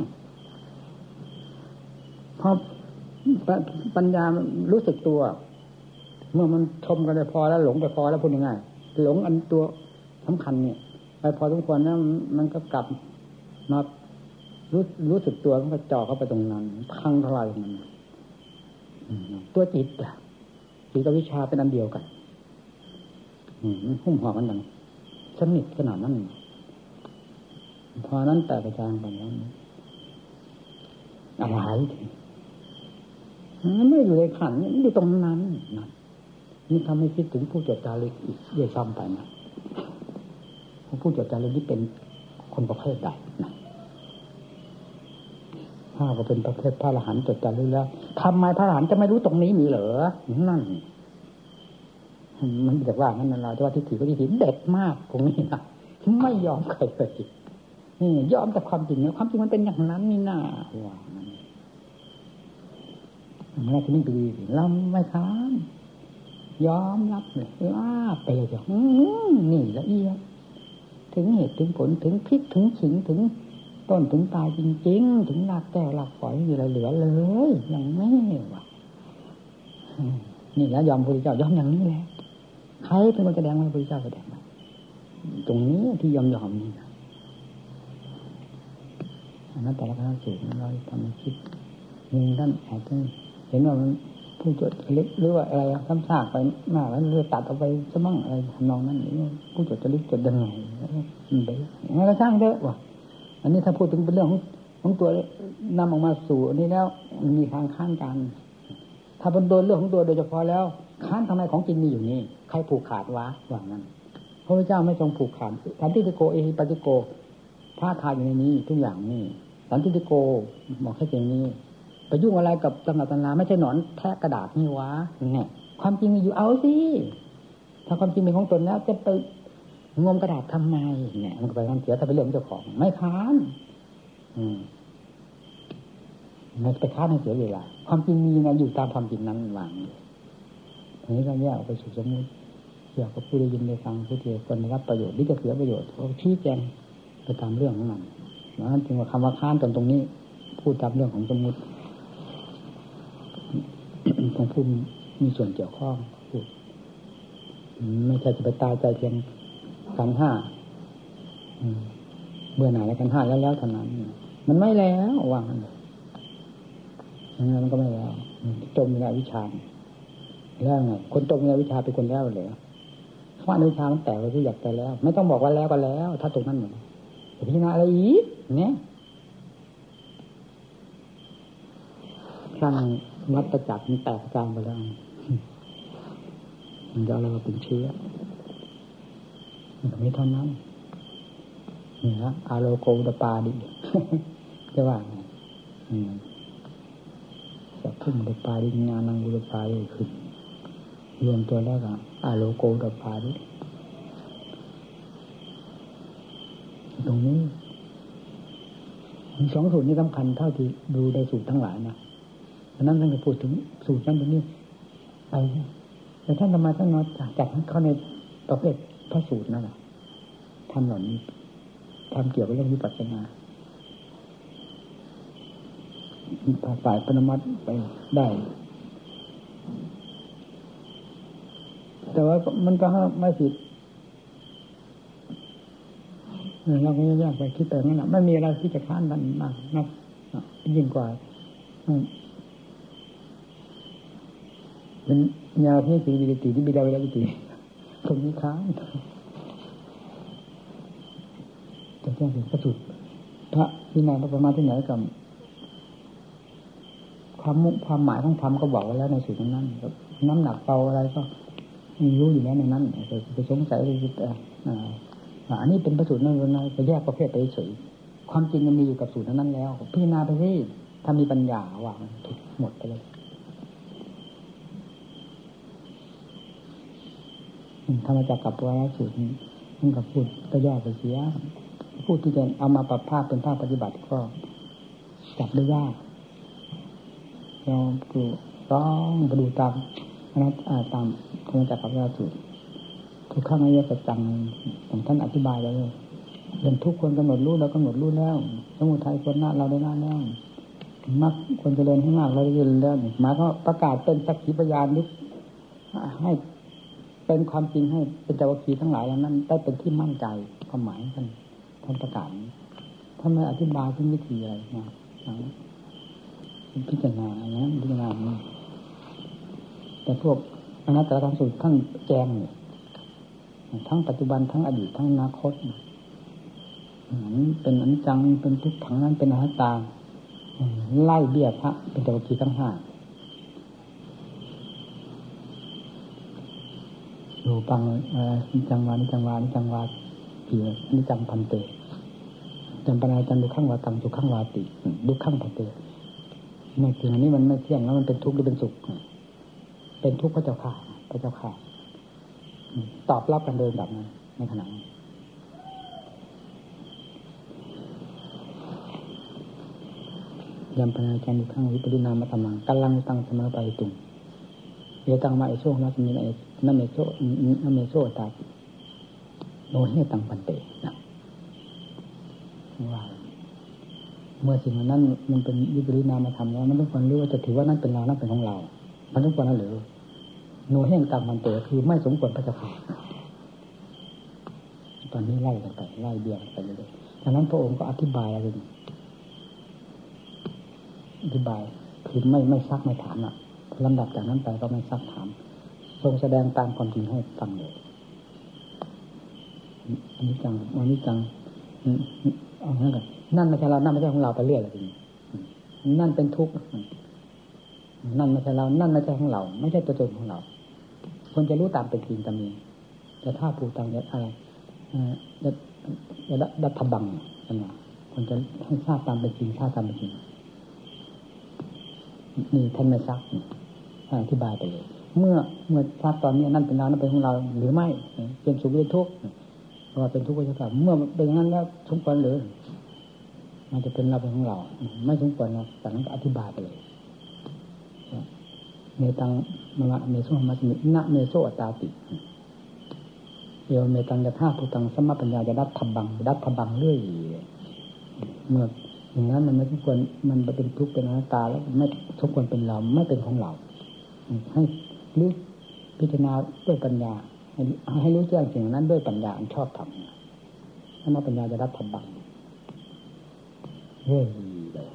S1: พอปัญญารู้สึกตัวเมื่อมันชมกันไปพอแล้วหลงไปพอแล้วพูดง่ายๆหลงอันตัวสำคัญเนี่ยไปพอสมควรแล้วมันก็กลับมารู้รู้สึกตัวมันก็จ่อเข้าไปตรงนั้นพังทลายมันตัวจิตอะจิตกับวิชาเป็นอันเดียวกันหุ้มห่อกันอย่างสนิทขนาดนั้นพอนั้นแต่กระจายไปแล้วอะไรมันไม่อยู่ในขันมันอยู่ตรงนั้นนะนี่ทำให้คิดถึงผู้จดจารึกอีกเยอะซ้ำไปนะผู้จดจารึกนี่เป็นคนประเภทใดนะถ้าก็เป็นประเภทพระอรหันต์จดจารึกแล้วทำไมพระอรหันต์จะไม่รู้ตรงนี้มีเหรอนั่นมันเด็กว่างั้นเราแต่ว่าทิฏฐิก็ทิฏฐิเด็ดมากตรงนี้นะไม่ยอมใครเลยนี่ยอมแต่ความจริงเนี่ยความจริงมันเป็นอย่างนั้นนี่น่าว่าเมื่อที่นี่ไปดีเราไม่ค้านยอมรับเลยลาไปเลยจ้ะนี่ละเอียดถึงเหตุถึงผลถึงพลิกถึงขิงถึงต้นถึงตายจริงๆถึงรากแก้วรากฝอยมีอะไรเหลือเลยยังไม่ว่ะนี่แล้วยอมพระพุทธเจ้ายอมอย่างนี้แหละใครเป็นคนแสดงให้พระพุทธเจ้าแสดงมาตรงนี้ที่ยอมยอมนี่นะอันนั้นแต่ละครั้งสูตรเราทำให้คิดมีท่านอาจจะเห็นว่ามันผู้จดลึกหรือว่าอะไรซ้ำซากไปมากแล้วเรือตัดเอาไปซะมั่งอะไรทำนองนั้นนี่ผู้จดจะลึกจดยังไงมันไปงั้นก็ช่างเถอะว่ะอันนี้ถ้าพูดถึงเป็นเรื่องของของตัวนำออกมาสู่อันนี้แล้วมีทางค้านกันถ้าเป็นโดนเรื่องของตัวโดยเฉพาะแล้วค้านทำไมของจริงมีอยู่นี่ใครผูกขาดวะว่างั้นพระพุทธเจ้าไม่ทรงผูกขาดสันติโกเอหิปัสสิโกพระทาอยู่ในนี้ทุกอย่างนี่สันติโกบอกแค่เพียงนี้ไปยุ่งอะไรกับตำหนักตำราไม่ใช่หนอนแทะกระดาษนี่วะเนี่ยความจริงมีอยู่เอาสิถ้าความจริงเป็นของตนแล้วจะไปงมกระดาษทำไมเนี่ยมันก็ไปนั่นเสียถ้าไปเรื่องเจ้าของไม่ค้านอืมไม่ไปค้านให้เสียเวลาความจริงมีนะอยู่ตามความจริงนั้นวางทีนี้ก็แยกออกไปสู่สมมติเกี่ยวกับผู้ได้ยินได้ฟังผู้ที่ควรได้รับประโยชน์หรือจะเสียประโยชน์เขาชี้แจงไปตามเรื่องของมันนั้นจึงว่าคำว่าค้านตนตรงนี้พูดตามเรื่องของสมมติของผู้มีส่วนเกี่ยวข้องพูดไม่ใช่จะไปตายใจเพียงขันธ์ห้าเบื่อหน่ายในขันธ์ห้าแล้วแล้วเท่านั้นมันไม่แล้ววางมันอย่างนั้นมันก็ไม่แล้วจมในวิชาแล้วไงคนจมในวิชาเป็นคนแล้วเลยเพราะในวิชามันแตกไปที่อยากแต่แล้วไม่ต้องบอกว่าแล้วก็แล้วถ้าตรงนั้นหมดจะพิจารณาอะไรอีกเนี่ยสร้างวัฏจักรมันแตกกลางไปแล้วมันจะเอาอะไรมาเป็นเชื้อมันไม่เท่านั้นนี่ฮะอาโลโกตปาดิจะว่าไงจะพุ่มตปาดิญาณังบุตปาดิขึ้นรวมตัวแล้วก็อาโลโกตปาดิตรงนี้สองสูตรนี้สำคัญเท่าที่ดูในสูตรทั้งหลายนะฉะนั้นท่านก็พูดถึงสูตรนั้นตรงนี้ไปแต่ท่านทำไมท่านน้อยจากเข้าในประเภทพระสูตรนั่นแหละทำเหล่านี้ทำเกี่ยวกับเรื่องวิปัสสนาฝ่ายปรมัตถ์ไปได้แต่ว่ามันก็ไม่ผิดเราก็ยากไปคิดแต่นั่นแหละไม่มีอะไรที่จะค้านกันมากนักยิ่งกว่าเป็นยาที่สีวิริติที่บิดาวิริติตรงนี้ค้านจะแจ้งถึงพระสูตรพระวินัยพระประมาทที่ไหนกับความมุ่งความหมายของธรรมก็บอกไว้แล้วในสูตรนั้นน้ำหนักเบาอะไรก็รู้อยู่แล้วในนั้นจะสงสัยเลยแต่อันนี้เป็นพระสูตรนั้นนั้นจะแยกประเภทไปเฉยความจริงมันมีอยู่กับสูตรนั้นแล้วพิจารณาไปสิถ้ามีปัญญาว่ามันถูกหมดไปเลยธรรมจักรกับวาระสูตรมันกับพูดก็ย่อไปเสียพูดที่จะเอามาปรับภาคเป็นภาคปฏิบัติก็จับได้ยากเราคือต้องไปดูตามนะตามธรรมจักรกับวาระสูตรทุกข้างอายะสัจจังของท่านอธิบายไว้เลยเรื่องทุกคนกำหนดรู้แล้วกำหนดรู้แล้วสมุทัยควรละเราได้ละแล้วมรรคควรเจริญให้มากเราได้เจริญแล้วหมายก็ประกาศเป็นสักขีพยานนิดให้เป็นความจริงให้เป็นเจ้าวิทั้งหลายแล้วนั้นได้เป็นที่มั่นใจความหมายท่านท่านประกาศท่านไม่อธิบายถึงวิธีอะไรนะพิจารณาอย่างนั้นพิจารณาแต่พวกอนัตตธรรมสูตรท่านแจงทั้งปัจจุบันทั้งอดีตทั้งอนาคตเป็นอนิจจังเป็นทุกขังนั้นเป็นอนัตตาไล่เบี้ยพระเป็นเจ้าวิทั้งห้าอยู่ปังนิจังวานิจังวานิจังวาปีนิจังพันเตจำปนาจันดุขังวาตังดุขังวาติดุขังพันเตในสิ่งนี้มันไม่เที่ยงแล้วมันเป็นทุกข์หรือเป็นสุขเป็นทุกข์พระเจ้าค่ะพระเจ้าค่ะตอบรับกันเดินแบบนั้นในขณะนั้นยำปนาจันดุขังวิปริณามะตมังกัลลังตังสมาปาริตุงเอตังมาเอโซนัสมินะเอนัมเอโซนัมเอโซตาโนเฮตังปันเตนะว่าเมื่อสิ่งนั้นมันเป็นวิปริณามธรรมแล้วมันต้องควรรู้ว่าจะถือว่านั่นเป็นเรานั่นเป็นของเรามันต้องควรนั่นหรือโนเฮตังปันเตคือไม่สมควรพระเจ้าค่ะตอนนี้ไล่กันไปไล่เบี้ยไปเลยดังนั้นพระองค์ก็อธิบายอะไรอธิบายคือไม่ไม่ซักไม่ถามอ่ะลำดับจากนั้นไปก็ไม่ซักถามทรงแสดงตามความจริงให้ฟังเลยอันนี้จังอันนี้จังเอางั้นกันนั่นไม่ใช่เรานั่นไม่ใช่ของเราไปเรื่อยเลยทีนี้นั่นเป็นทุกข์นั่นไม่ใช่เรานั่นไม่ใช่ของเราไม่ใช่ตัวตนของเราคนจะรู้ตามเป็นจริงตามนี้แต่ถ้าปูตังยัดอะไรยัดยัดดัตบังนั่นแหละคนจะให้ทราบตามเป็นจริงทราบตามเป็นจริงนี่ท่านไม่ซักอธิบายไปเลยเมื่อเมื่อซักตอนนี้นั่นเป็นเรานั่นเป็นของเราหรือไม่เป็นสุขเป็นทุกข์ว่าเป็นทุกข์ก็จะกลับเมื่อเป็นอย่างนั้นแล้วสมควรหรือมันจะเป็นเราเป็นของเราไม่สมควรนะแต่นั้นก็อธิบายไปเลยเมตังมะเมโสมัสมินะเมโสอัตตาติเอวเมตังยะธาภูตังสัมมาปัญญาจะดัดทบังดัดทบังเรื่อยเมื่ออย่างนั้นมันไม่สมควรมันเป็นทุกข์เป็นอนัตตาแล้วไม่สมควรเป็นเราไม่เป็นของเราให้รู้พิจารณาด้วยปัญญาให้ให้รู้แจ้งสิ่งนั้นด้วยปัญญาอันชอบธรรมสัมมาปัญญาจะดัดทบังเรื่อยเลย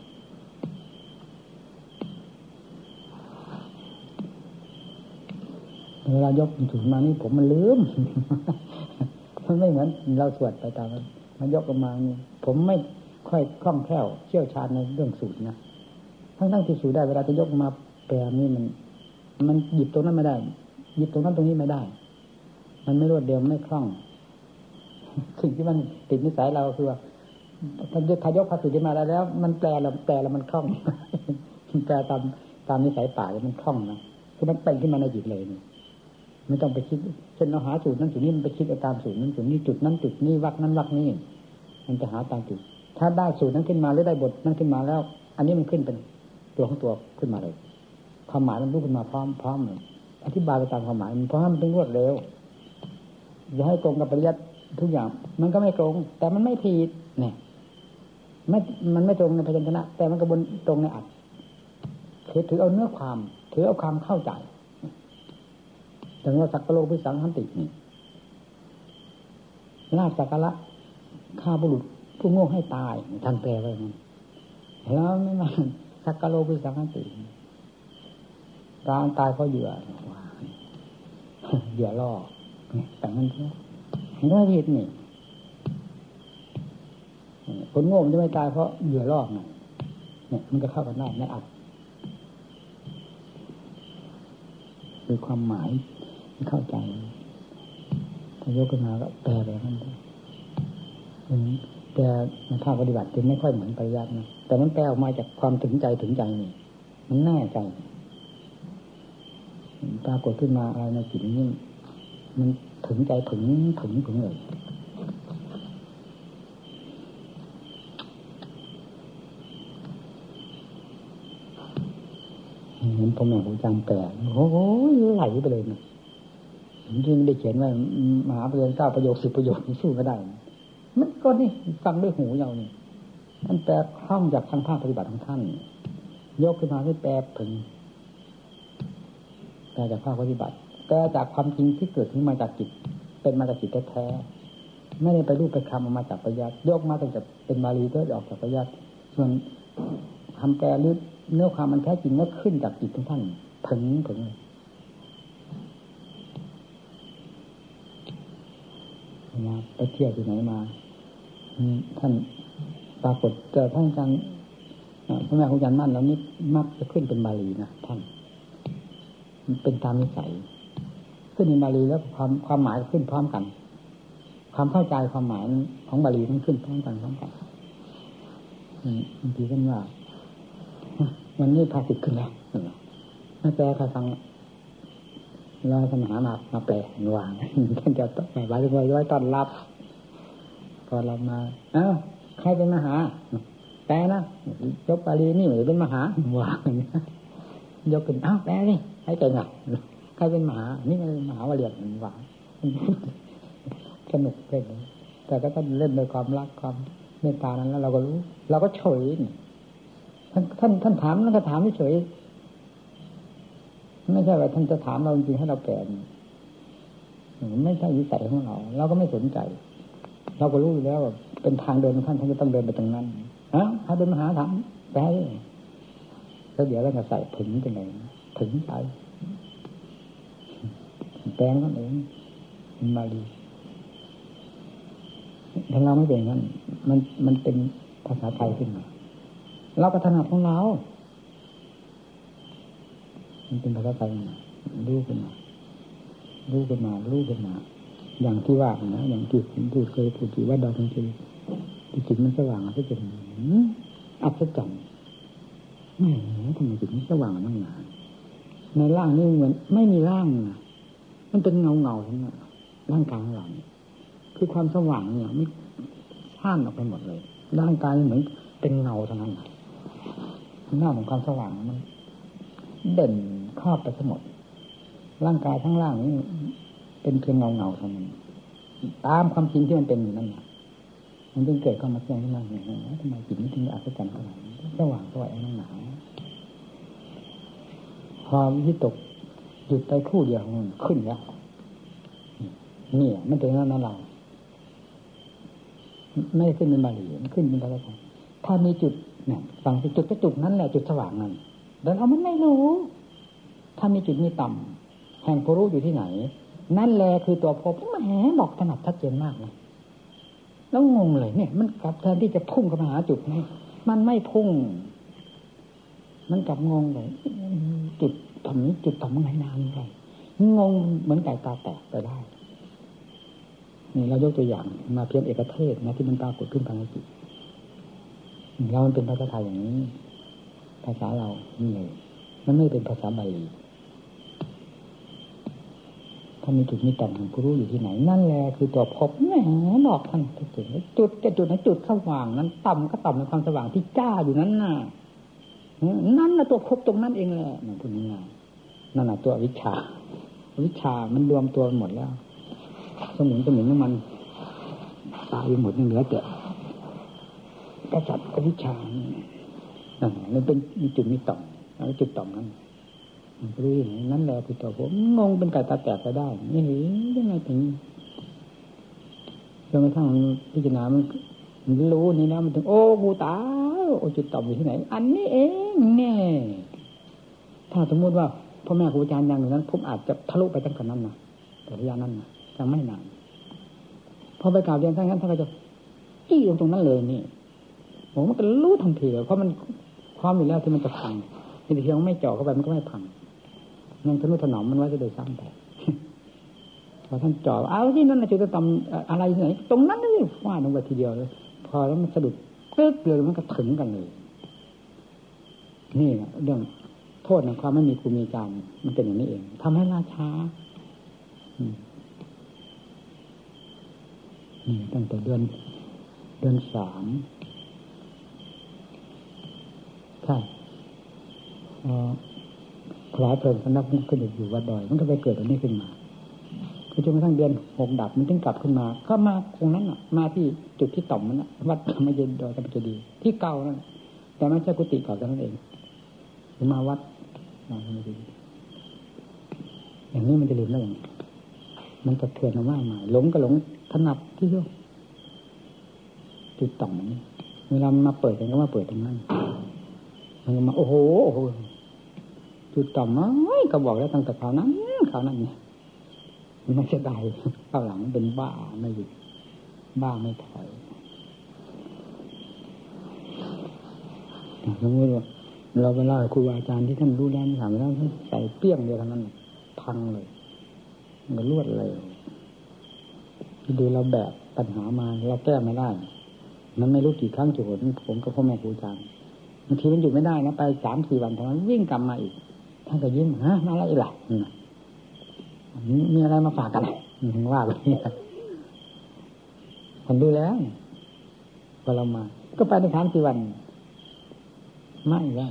S1: เวลายกถุงมานี่ผมมันลืมมันไม่เหมือนเราสวดไปตามมันมันยกออกมานี่ผมไม่ค่อยคล่องแคล่วเชี่ยวชาญในเรื่องสูตรนะทั้งๆที่สูตรได้เวลาจะยกมาแปลนี่มันมันหยิบตรงนั้นไม่ได้หยิบตรงนั้นตรงนี้ไม่ได้มันไม่รวดเร็วไม่คล่องสิ่งที่มันติดนิสัยเราคือว่าถ้ายกทายกภาษาที่มาได้แล้วมันแปลแล้วแปลแล้วมันคล่องแปลตามตามนิสัยป่ามันคล่องนะคือมันเป็นขึ้นมาในจิตเลยนี่ไม่ต้องไปคิดเช่นเราหาสูตรนั้นสูตรนี้มันไปคิดตามสูตรนั้นสูตรนี้จุดนั้นจุดนี้วรรคนั้นวรรคนี้มันจะหาตามจุดถ้าได้สูตรนั้นขึ้นมาหรือได้บทนั้นขึ้นมาแล้วอันนี้มันขึ้นเป็นตัวของตัวขึ้นมาเลยความหมายมันรู้ขึ้นมาพร้อมพร้อมเลยอธิบายไปตามความหมายมันเพราะมันเป็นรวดเร็วอย่าให้ตรงกับปริยัติทุกอย่างมันก็ไม่ตรงแต่มันไม่ผิดเนี่ยไม่มันไม่ตรงในพยัญชนะแต่มันก็บนตรงในอัดคือถือเอาเนื้อความถือเอาความเข้าใจแต่ว่าสักกะโลภิสังขันตินี่ลาภสักกะละฆ่าบุรุษผู้โง่ให้ตายท่านแปลไว้มันแล้วไม่มาสักกะโลภิสังขันติการตายเพราะเหยื่อเหยื่อล่อแต่มันไม่ผิดนี่คนโง่มันจะไม่ตายเพราะเหยื่อล่อไงเนี่ยมันก็เข้ากันได้ไม่อัดคือความหมายที่เข้าใจถ้ายกขึ้นมาก็แปลแบบนั้นแต่ในภาคปฏิบัติจะไม่ค่อยเหมือนปริยัตินะแต่มันแปลออกมาจากความถึงใจถึงใจนี่มันแน่ใจปรากฏขึ้นมาอะไรในจิตนี่มันถึงใจถึงถึงถึงเลยเห็นพ่อแม่ครูอาจารย์แปลโอ้โหไหลไปเลยนะยิ่งได้เขียนไว้มหาประโยคเก้าประโยคสิบประโยคสู้ไม่ได้มันก็นี่ฟังด้วยหูเรานี่ท่านแปลคล่องจากทางภาคปฏิบัติของท่านยกขึ้นมาให้แปลถึงแปลจากภาคปฏิบัติแปลจากความจริงที่เกิดขึ้นมาจากจิตเป็นมาจากจิตแท้ๆไม่ได้ไปรูปไปคำออกมาจากปริยัติยกมาตั้งแต่เป็นบาลีก็ออกจากปริยัติส่วนคำแปลหรือเนื้อความมันแท้จริงก็ขึ้นจากจิตของท่านถึงถึงนะไปเที่ยวที่ไหนมาท่านปรากฏเจอท่านอาจารย์พระแม่ครูอาจารย์มั่นแล้วนี่มักจะขึ้นเป็นบาลีนะท่านมันเป็นตามนิสัยขึ้นในบาลีแล้วความความหมายขึ้นพร้อมกันความเข้าใจความหมายของบาลีมันขึ้นพร้อมกันพร้อมกันบางทีท่านว่าวันนี้ภาษิตขึ้นแล้วแม่แปลใครฟังเราสมหามามาแปลวางท่านจะต้องไว้ไว้ไว้ต้อนรับพอเรามาเอ้าใครเป็นมหาแปลนะยกบาลีนี่เหมือนเป็นมหาวางอย่างนี้ยกขึ้นเอ้าแปลนี่ให้ใจหนักใครเป็นมหานี่เป็นมหาวเรียนวางสนุกเล่นแต่ก็ต้องเล่นโดยความรักความเมตตานั้นแล้วเราก็รู้เราก็เฉยท่านท่านท่านถามแล้วก็ถามไม่เฉยไม่ใช่ว่าท่านจะถามเราจริงๆให้เราแปลไม่ใช่วิสัยของเราเราก็ไม่สนใจเราก็รู้อยู่แล้วว่าเป็นทางเดินของท่านท่านจะต้องเดินไปตรงนั้นฮะถ้าเป็นมหาถามแปลแล้วเดี๋ยวเราจะใส่ถึงตรงไหนถึงใจแปลนั่นเองบาลีถ้าเราไม่เป็นงั้นมันมันเป็นภาษาไทยขึ้นมาเราก็ถนัดของเรามันเป็นภาษาไทยมารู้ขึ้นมารู้ขึ้นมารู้ขึ้นมาอย่างที่ว่านะอย่างที่ผมพูดเคยพูดที่ว่าดาวทั้งชีวิตจิตมันสว่างที่จะอัศจรรย์แหมทำไมจิตมันสว่างนั่งหนาในร่างนี่เหมือนไม่มีร่างนะมันเป็นเงาเงาทั้งนั้นร่างกายของเราคือความสว่างเนี่ยไม่ซ่านออกไปหมดเลยร่างกายเหมือนเป็นเงาเท่านั้นหน้าของความสว่างมันเด่นครอบไปทั้งหมดร่างกายทั้งร่างนี้เป็นเพียงเงาเงาเท่านั้นตามความจริงที่มันเป็นอยู่นั่นแหละมันจึงเกิดความมาแจ้งขึ้นมาอย่างนี้ทำไมจิตนี้ถึงอัศจรรย์ขนาดนี้สว่างสวยนั่งหนาความที่ตกหยุดไปครู่เดียวมันขึ้นแล้วเนี่ยมันเป็นนั่นนั่นเราไม่ขึ้นเป็นบาลีมันขึ้นเป็นอะไรกันถ้ามีจุดเนี่ยฝั่งจุดก็จุดนั้นแหละจุดสว่างนั่นแต่เรามันไม่รู้ถ้ามีจุดมีต่ำแห่งผู้รู้อยู่ที่ไหนนั่นแหละคือตัวพบแหมบอกถนัดชัดเจนมากนะแล้วงงเลยเนี่ยมันกลับแทนที่จะพุ่งเข้ามาหาจุดนี้มันไม่พุ่งมันกลับงงเลยจุดต่ำนี้จุดต่ำมันไหนนานเลยงงเหมือนไก่ตาแตกไปได้นี่เรายกตัวอย่างมาเพียงเอกเทศนะที่มันปรากฏขึ้นภายในจิตเรามันเป็นภาษาไทยอย่างนี้ภาษาเรานี่เลยมันไม่เป็นภาษาบาลีถ้ามีจุดมีต่ำของผู้รู้อยู่ที่ไหนนั่นแหละคือตัวพบแหมบอกท่านจุดจุดจะจุดไหนจุดสว่างนั้นต่ำก็ต่ำในความสว่างที่จ้าอยู่นั้นน่ะนั่นน่ะตัวพบตรงนั้นเองแหละนั่นพูดง่ายๆนั่นน่ะตัววิชาวิชามันรวมตัวหมดแล้วสมุนสมุนน้ำมันตายไปหมดยังเหลือแต่กษัตริย์วิชานั่นมันเป็นมีจุดมีต่ำแล้วจุดต่ำนั้นรู้อย่างนั้นนั่นแหละคือตัวผมงงเป็นไก่ตาแตกไปได้นี่หรือยังไงถึงจนกระทั่งพิจารณามันมันรู้นี่นะมันถึงโอ้กูตาโอ้จุดต่ำอยู่ที่ไหนอันนี้เองเนี่ยถ้าสมมติว่าพ่อแม่ครูอาจารย์ยังอยู่นั้นผมอาจจะทะลุไปตั้งแต่นั้นนะแต่ระยะนั้นนะยังไม่นานพอไปกล่าวเรียนท่านนั้นท่านก็จะจี้ลงตรงนั้นเลยนี่ผมมันก็รู้ทันทีเลยเพราะมันความอยู่แล้วที่มันจะพังทีเดียวไม่เจาะเข้าไปมันก็ไม่พังยังทะนุถนอมมันไว้จะโดยซ้ำไปพอท่านเจาะเอาที่นั่นนะจุดต่ำอะไรที่ไหนตรงนั้นนี่ฟาดลงไปทีเดียวเลยพอแล้วมันสะดุดเกิดเลยมันก็ถึงกันเลยนี่เรื่องโทษของความไม่มีครูมีอาจารย์มันเป็นอย่างนี้เองทำให้ล่าช้านี่ตั้งแต่เดือนเดือนสามใช่ขลายเพลิงสนับขึ้นอยู่วัดดอยมันก็ไปเกิดตรงนี้ขึ้นมาคือจนกระทั่งเดือนหกดับมันถึงกลับขึ้นมาก็มาตรงนั้นอ่ะมาที่จุดที่ต่ำมันอ่ะวัดธรรมเย็นดอยธรรมเจดีย์ที่เก่านั่นแต่ไม่ใช่กุฏิเก่าแต่นั้นเองมาวัดมาธรรมเจดีย์อย่างนี้มันจะลืมได้ยังไงมันจะเถื่อนมากมายหลงก็หลงถนัดที่เดียวจุดต่ำนี้เวลามันมาเปิดกันก็มาเปิดตรงนั้นมันก็มาโอ้โหโอ้โหจุดต่ำน้อยก็บอกแล้วตั้งแต่คราวนั้นคราวนั้นเนี่ยมันไม่ใช่ได้ข้าวหลังเป็นบ้าไม่หยุดบ้าไม่ถอยสมมติว่าเราไปเล่าครูอาจารย์ที่ท่านรู้แล้วถามแล้วท่านใส่เปี้ยงเดียวเท่านั้นพังเลยมันรวดเลยดูเราแบบปัญหามาเราแก้ไม่ได้มันไม่รู้กี่ครั้งกี่หนผมกับพ่อแม่ครูอาจารย์บางทีมันอยู่ไม่ได้นะไปสามสี่วันเท่านั้นวิ่งกลับมาอีกท่านก็ยิ้มฮะมาอะไรอีกล่ะมีอะไรมาฝากกันถึงว่าแบบนี้ผมดูแล้วพอเรามาก็ไปในสามสี่วันไม่ได้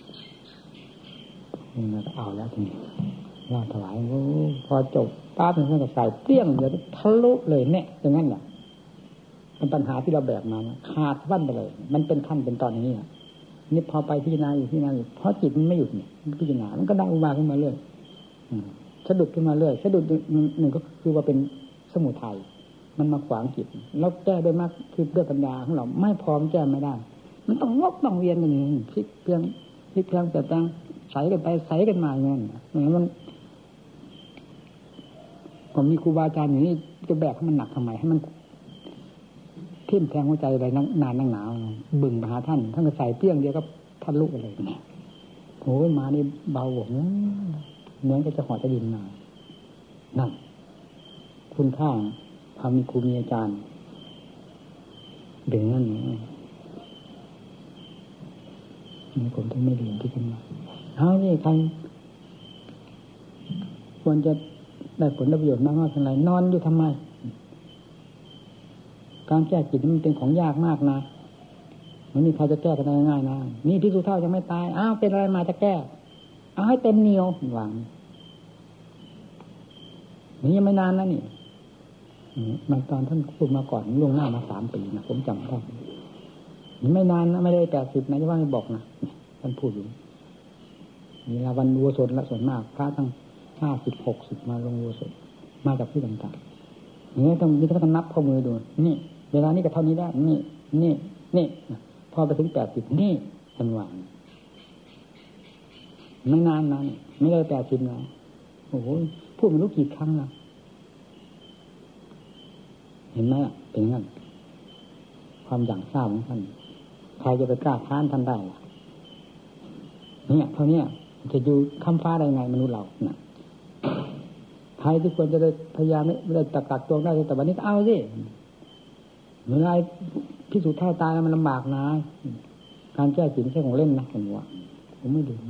S1: มันก็เอาแล้วทีนี้เราถวายพอจบป้าเป็นคนกับใส่เปรี้ยงเดี๋ยวทะลุเลยเนี่ยอย่างนั้นแหละเป็นปัญหาที่เราแบกมานะขาดวันไปเลยมันเป็นขั้นเป็นตอนอย่างนี้นี่พอไปพิจารณาอยู่พิจารณาอยู่เพราะจิตมันไม่หยุดเนี่ยพิจารณามันก็ได้อุบายขึ้นมาเรื่อยสะดุดขึ้นมาเรื่อยสะดุดหนึ่งก็คือว่าเป็นสมุทัยมันมาขวางจิตแล้วแก้ด้วยมากคือด้วยปัญญาของเราไม่พร้อมแก้ไม่ได้มันต้องวกต้องเวียนกันอย่างนี้พลิกเพียงพลิกเพียงแต่ตั้งใสกันไปใสกันมาอย่างนั้นมันผมมีครูบาอาจารย์อย่างนี้จะแบกให้มันหนักทำไมให้มันทิ่มแทงหัวใจอะไรนานนั่งหนาวบึ่งมาหาท่านท่านก็ใส่เปี้ยงเดียวก็ท่านลุกอะไรเนี่ยโอ้ยมานี่เบาหวงเหมือนกับจะหอจะดินมานั่นคุณค่าพามีครูมีอาจารย์เบ่งนั่นนี่ผมถึงไม่ลืมที่จะมาเอานี่ใครควรจะได้ผลประโยชน์มากน้อยเท่าไหร่นอนอยู่ทำไมการแก้จิตมันเป็นของยากมากนะมันนี่ใครจะแก้กันได้ง่ายนะนี่พิสูจน์เท่ายังไม่ตายอ้าวเป็นอะไรมาจะแก้เอาให้เต็มเหนียวหวังนี่ยังไม่นานนะนี่มันตอนท่านพูดมาก่อนล่วงหน้ามาสามปีนะผมจำได้นี่ไม่นานนะไม่ได้แปดสิบนะจะว่าไม่บอกนะท่านพูดอยู่นี่ละวันวัวสดละส่วนมากพระตั้งห้าสิบหกสิบมาลงวัวสดมาจากที่ต่างๆอย่างนี้ต้องนี่ต้องนับข้อมือดูนี่เวลานี้ก็เท่านี้ได้นี่นี่นี่พอไปถึงแปดสิบนี่ทันหวานไม่นานนะไม่ได้แปดสิบนะโอ้โหพูดไม่รู้กี่ครั้งแล้วเห็นไหมเป็นงั้นความอย่างทราบของท่านใครจะไปกล้าค้านท่านได้ล่ะเนี่ยเท่านี้จะอยู่ค้ำฟ้าได้ไงมนุษย์เราน่ะใครที่ควรจะได้พยายามไม่ได้ตะกักตวงได้แต่วันนี้ก็เอาสิเมื่อไรพิสูจน์เท่าตายมันลำบากนะการแก้จิตไม่ใช่ของเล่นนะผมว่าผมไม่ดู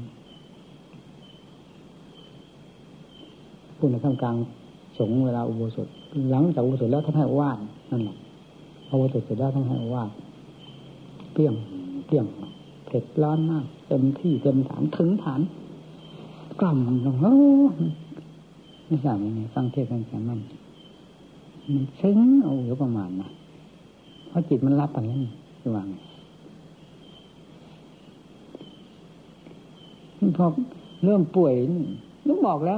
S1: พูดในท่ามกลางสงฆ์เวลาอุโบสถหลังจากอุโบสถแล้วท่านให้ว่านนั่นแหละอุโบสถเสร็จแล้วท่านให้ว่านเปรี้ยงเปรี้ยงเผ็ดร้อนมากเต็มที่เต็มฐานถึงฐานกล่ำลงโอ้ไม่ทราบยังไงฟังเทศน์กันแค่มันมันซึ้งเอาอยู่ประมาณนะเพราะจิตมันรับไปแล้วนี่ระวังพอเริ่มป่วยนึกบอกแล้ว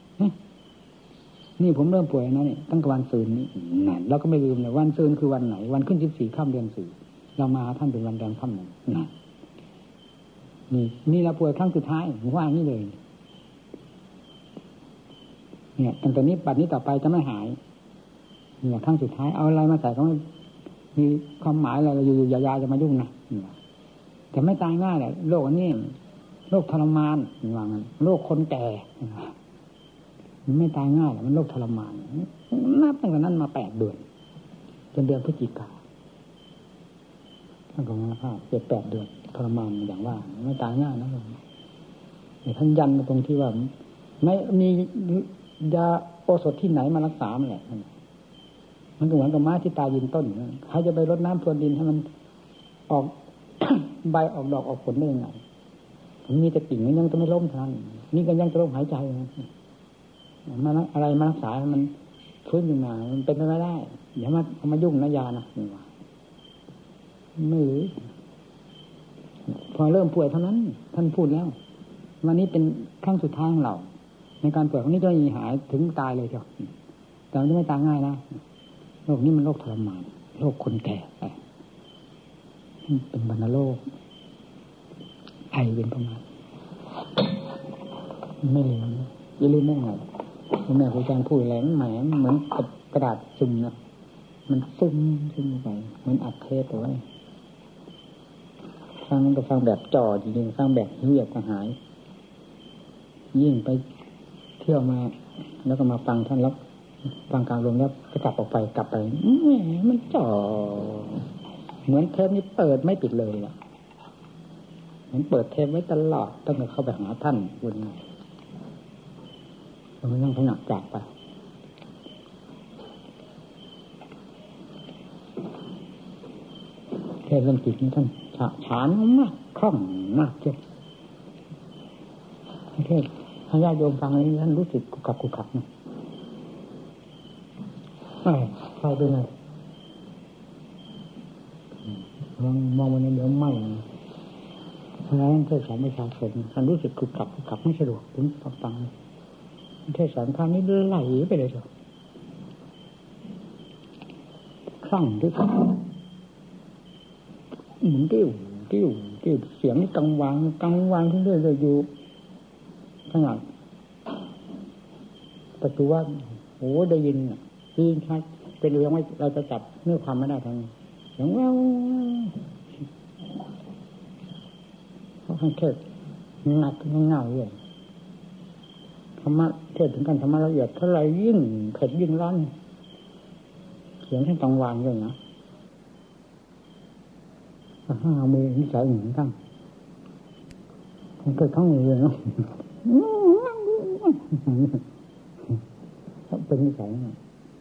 S1: นี่ผมเริ่มป่วยนะนี่ตั้งแต่วันซืนนี้นั่นเราก็ไม่ลืมเลยวันซืนคือวันไหนวันขึ้นสิบสี่ค่ำเดือนสี่เรามาท่านเป็นวันแรมค่ำหนึ่งนั่นนี่นี่เราป่วยครั้งสุดท้ายผมว่านี่เลยเนี่ยตั้งแต่นี้ปัจจุบันต่อไปจะไม่หายเนี่ยครั้งสุดท้ายเอาอะไรมาใส่ก็ไม่มีความหมายอะไรอยู่ๆยาๆจะมายุ่งนะแต่ไม่ตายง่ายแหละโรคอันนี้โรคทรมานว่างั้นโรคคนแก่มันไม่ตายง่ายมันโรคทรมานนับตั้งแต่นั้นมาแปดเดือนจนเดือนพฤศจิกาท่านก็มาค่ะเจ็ดแปดเดือนทรมานอย่างว่าไม่ตายง่ายนะแต่ท่านยันมาตรงที่ว่าไม่มียาโอสถที่ไหนมารักษามันแหละมันก็เหมือนกับม้าที่ตายยืนต้นใครจะไปรดน้ำพรวนดินให้มันออก ใบออกดอกออกผลได้ยังไงมันมีแต่กิ่งมันยังจะไม่ล้มทันนี่ก็ยังจะล้มหายใจนะมันอะไรมารักษามันฟื้นขึ้นมามันเป็นไปไม่ได้อย่ามาเอามายุ่งนะยานะนี่ว่าไม่หรือพอเริ่มป่วยเท่านั้นท่านพูดแล้ววันนี้เป็นครั้งสุดท้ายของเราในการป่วยครั้งนี้จะมีหายถึงตายเลยเจ้าแต่มันจะไม่ตายง่ายนะโรคนี้มันโรคทรมานโรคคนแก่เป็นวัณโรคไอเป็นประมาณไม่ลืมอย่าลืมได้ไงแม่ครูอาจารย์พูดอะไรแหมเหมือนกระดาษซึมนะมันซึมซึมไปเหมือนอัดเทปเอาไว้ฟังก็ฟังแบบจ่อจริงๆฟังแบบเรียบกระหายยิ่งไปเที่ยวมาแล้วก็มาฟังท่านแล้วฟังกลางลมแล้วจะกลับออกไปกลับไปแหมมันจ่อเหมือนเทปนี้เปิดไม่ปิดเลยอ่ะเหมือนเปิดเทปไว้ตลอดตั้งแต่เข้าไปหาท่านวันนี้เราไม่ต้องขยับจากไปเทศเรื่องจิตนี้ท่านฉะฉานมากคล่องมากเจ้าเทศถ้าญาติโยมฟังอะไรท่านรู้สึกกุกขับกุกขับนะใช่ใช่ด้วยนะมองมองมันเดี๋ยวไหม้เพราะฉะนั้นเทศสอนประชาชนท่านรู้สึกกุกขับกุกขับไม่สะดวกถึงฟังเทศสอนครั้งนี้ไหลไปเลยเถอะคลั่งด้วยกันหมุนติ้วติ้วติ้วเสียงนี่กังวานกังวานขึ้นเรื่อยๆอยู่ขนาดประตูว่าโอ้ได้ยินอ่ะได้ยินชัดเป็นเรื่องว่าเราจะจับเนื้อความไม่ได้ทางอย่างว่าเขาให้เทศหนักเงาๆเลยธรรมะเทศถึงกันธรรมะละเอียดเท่าไรยิ่งเผ็ดยิ่งร้อนเสียงทั้งกังวานเลยนะห้ามือนิสัยหนึ่งทั้งมันเกิดข้างนี้เลยเนาะเป็นนิสัยนะ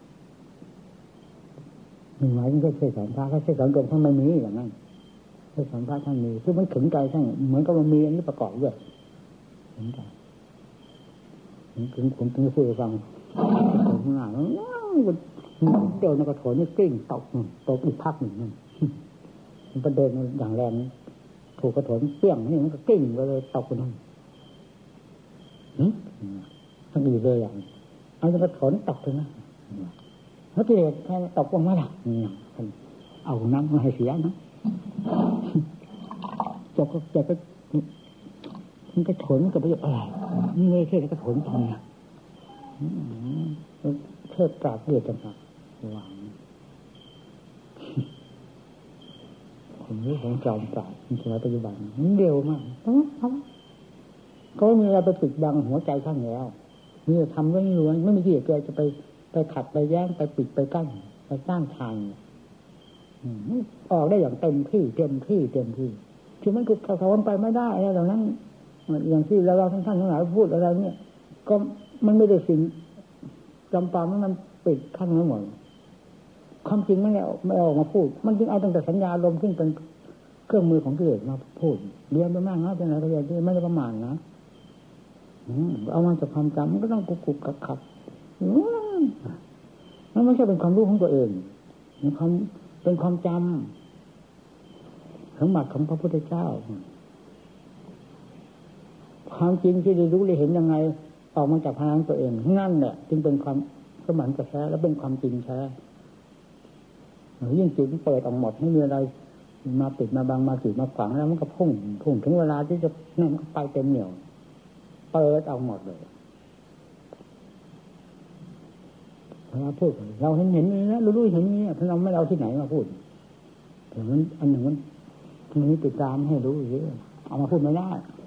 S1: หนึ่งหมายถึงก็เสกสารพระก็เสกสารกรมท่านไม่มีอย่างนั้นเสกสารพระท่านมีคือมันขึงใจท่านเหมือนกับมันมีอันนี้ประกอบด้วยขึงใจผมผมต้องพูดให้ฟังผมข้างหน้าแล้วเดินในกระโถนนี่กลิ้งตกตกอีกพักหนึ่งมันเป็นเดินอย่างแรงถูกกระโถนเปี้ยงนี่มันก็กลิ้งไปเลยตกไปนั่นทั้งดีเลยอย่างเอากระโถนตกเลยนะแล้วที่เด็กตกลงมาล่ะเอาน้ำมาให้เสียนะจบก็จบก็มันกระโถนกับประโยชน์อะไรนี่ไม่ใช่กระโถนทำนะเทิดปราบเลือดจังหวะวางผมรู้ของจอมปราบในสมัยปัจจุบันมันเร็วมากเขาไม่มีอะไรไปปิดบังหัวใจข้างแล้วมีแต่ทำเรื่องล้วนไม่มีที่เกิดจะไปไปขัดไปแย้งไปปิดไปกั้นไปสร้างทางออกได้อย่างเต็มที่เต็มที่เต็มที่คือมันคือเขาไปไม่ได้อะไรเหล่านั้นอย่างที่เราเราท่านท่านทั้งหลายพูดอะไรเนี่ยก็มันไม่ได้สิ่งจำปามันปิดขั้นนั้นหมดความจริงไม่ได้ไม่ออกมาพูดมันจึงเอาตั้งแต่สัญญาลมขึ้นเป็นเครื่องมือของกิเลสมาพูดเรียนไปมากนะเป็นอะไรก็เรียนที่ไม่ได้ประมาณนะเอามาจากความจำมันก็ต้องกุกกุกขับขับมันไม่ใช่เป็นความรู้ของตัวเองเป็นความเป็นความจำสมบัติของพระพุทธเจ้าความจริงที่ได้รู้ได้เห็นยังไงออกมาจากพลังตัวเองนั่นแหละจึงเป็นความสมบัติแท้และเป็นความจริงแท้ยิ่งจิตเปิดออกหมดไม่มีอะไรมาปิดมาบังมาจีบมาขวางแล้วมันก็พุ่งพุ่งถึงเวลาที่จะนั่นก็ไปเต็มเหนี่ยวเปิดออกหมดเลยเราพูดเราเห็นเห็นนี่นะรู้รู้เห็นนี่ถ้าเราไม่เอาที่ไหนมาพูดแต่มันอันหนึ่งมันมันติดตามให้รู้เยอะเอามาพูดไม่ได้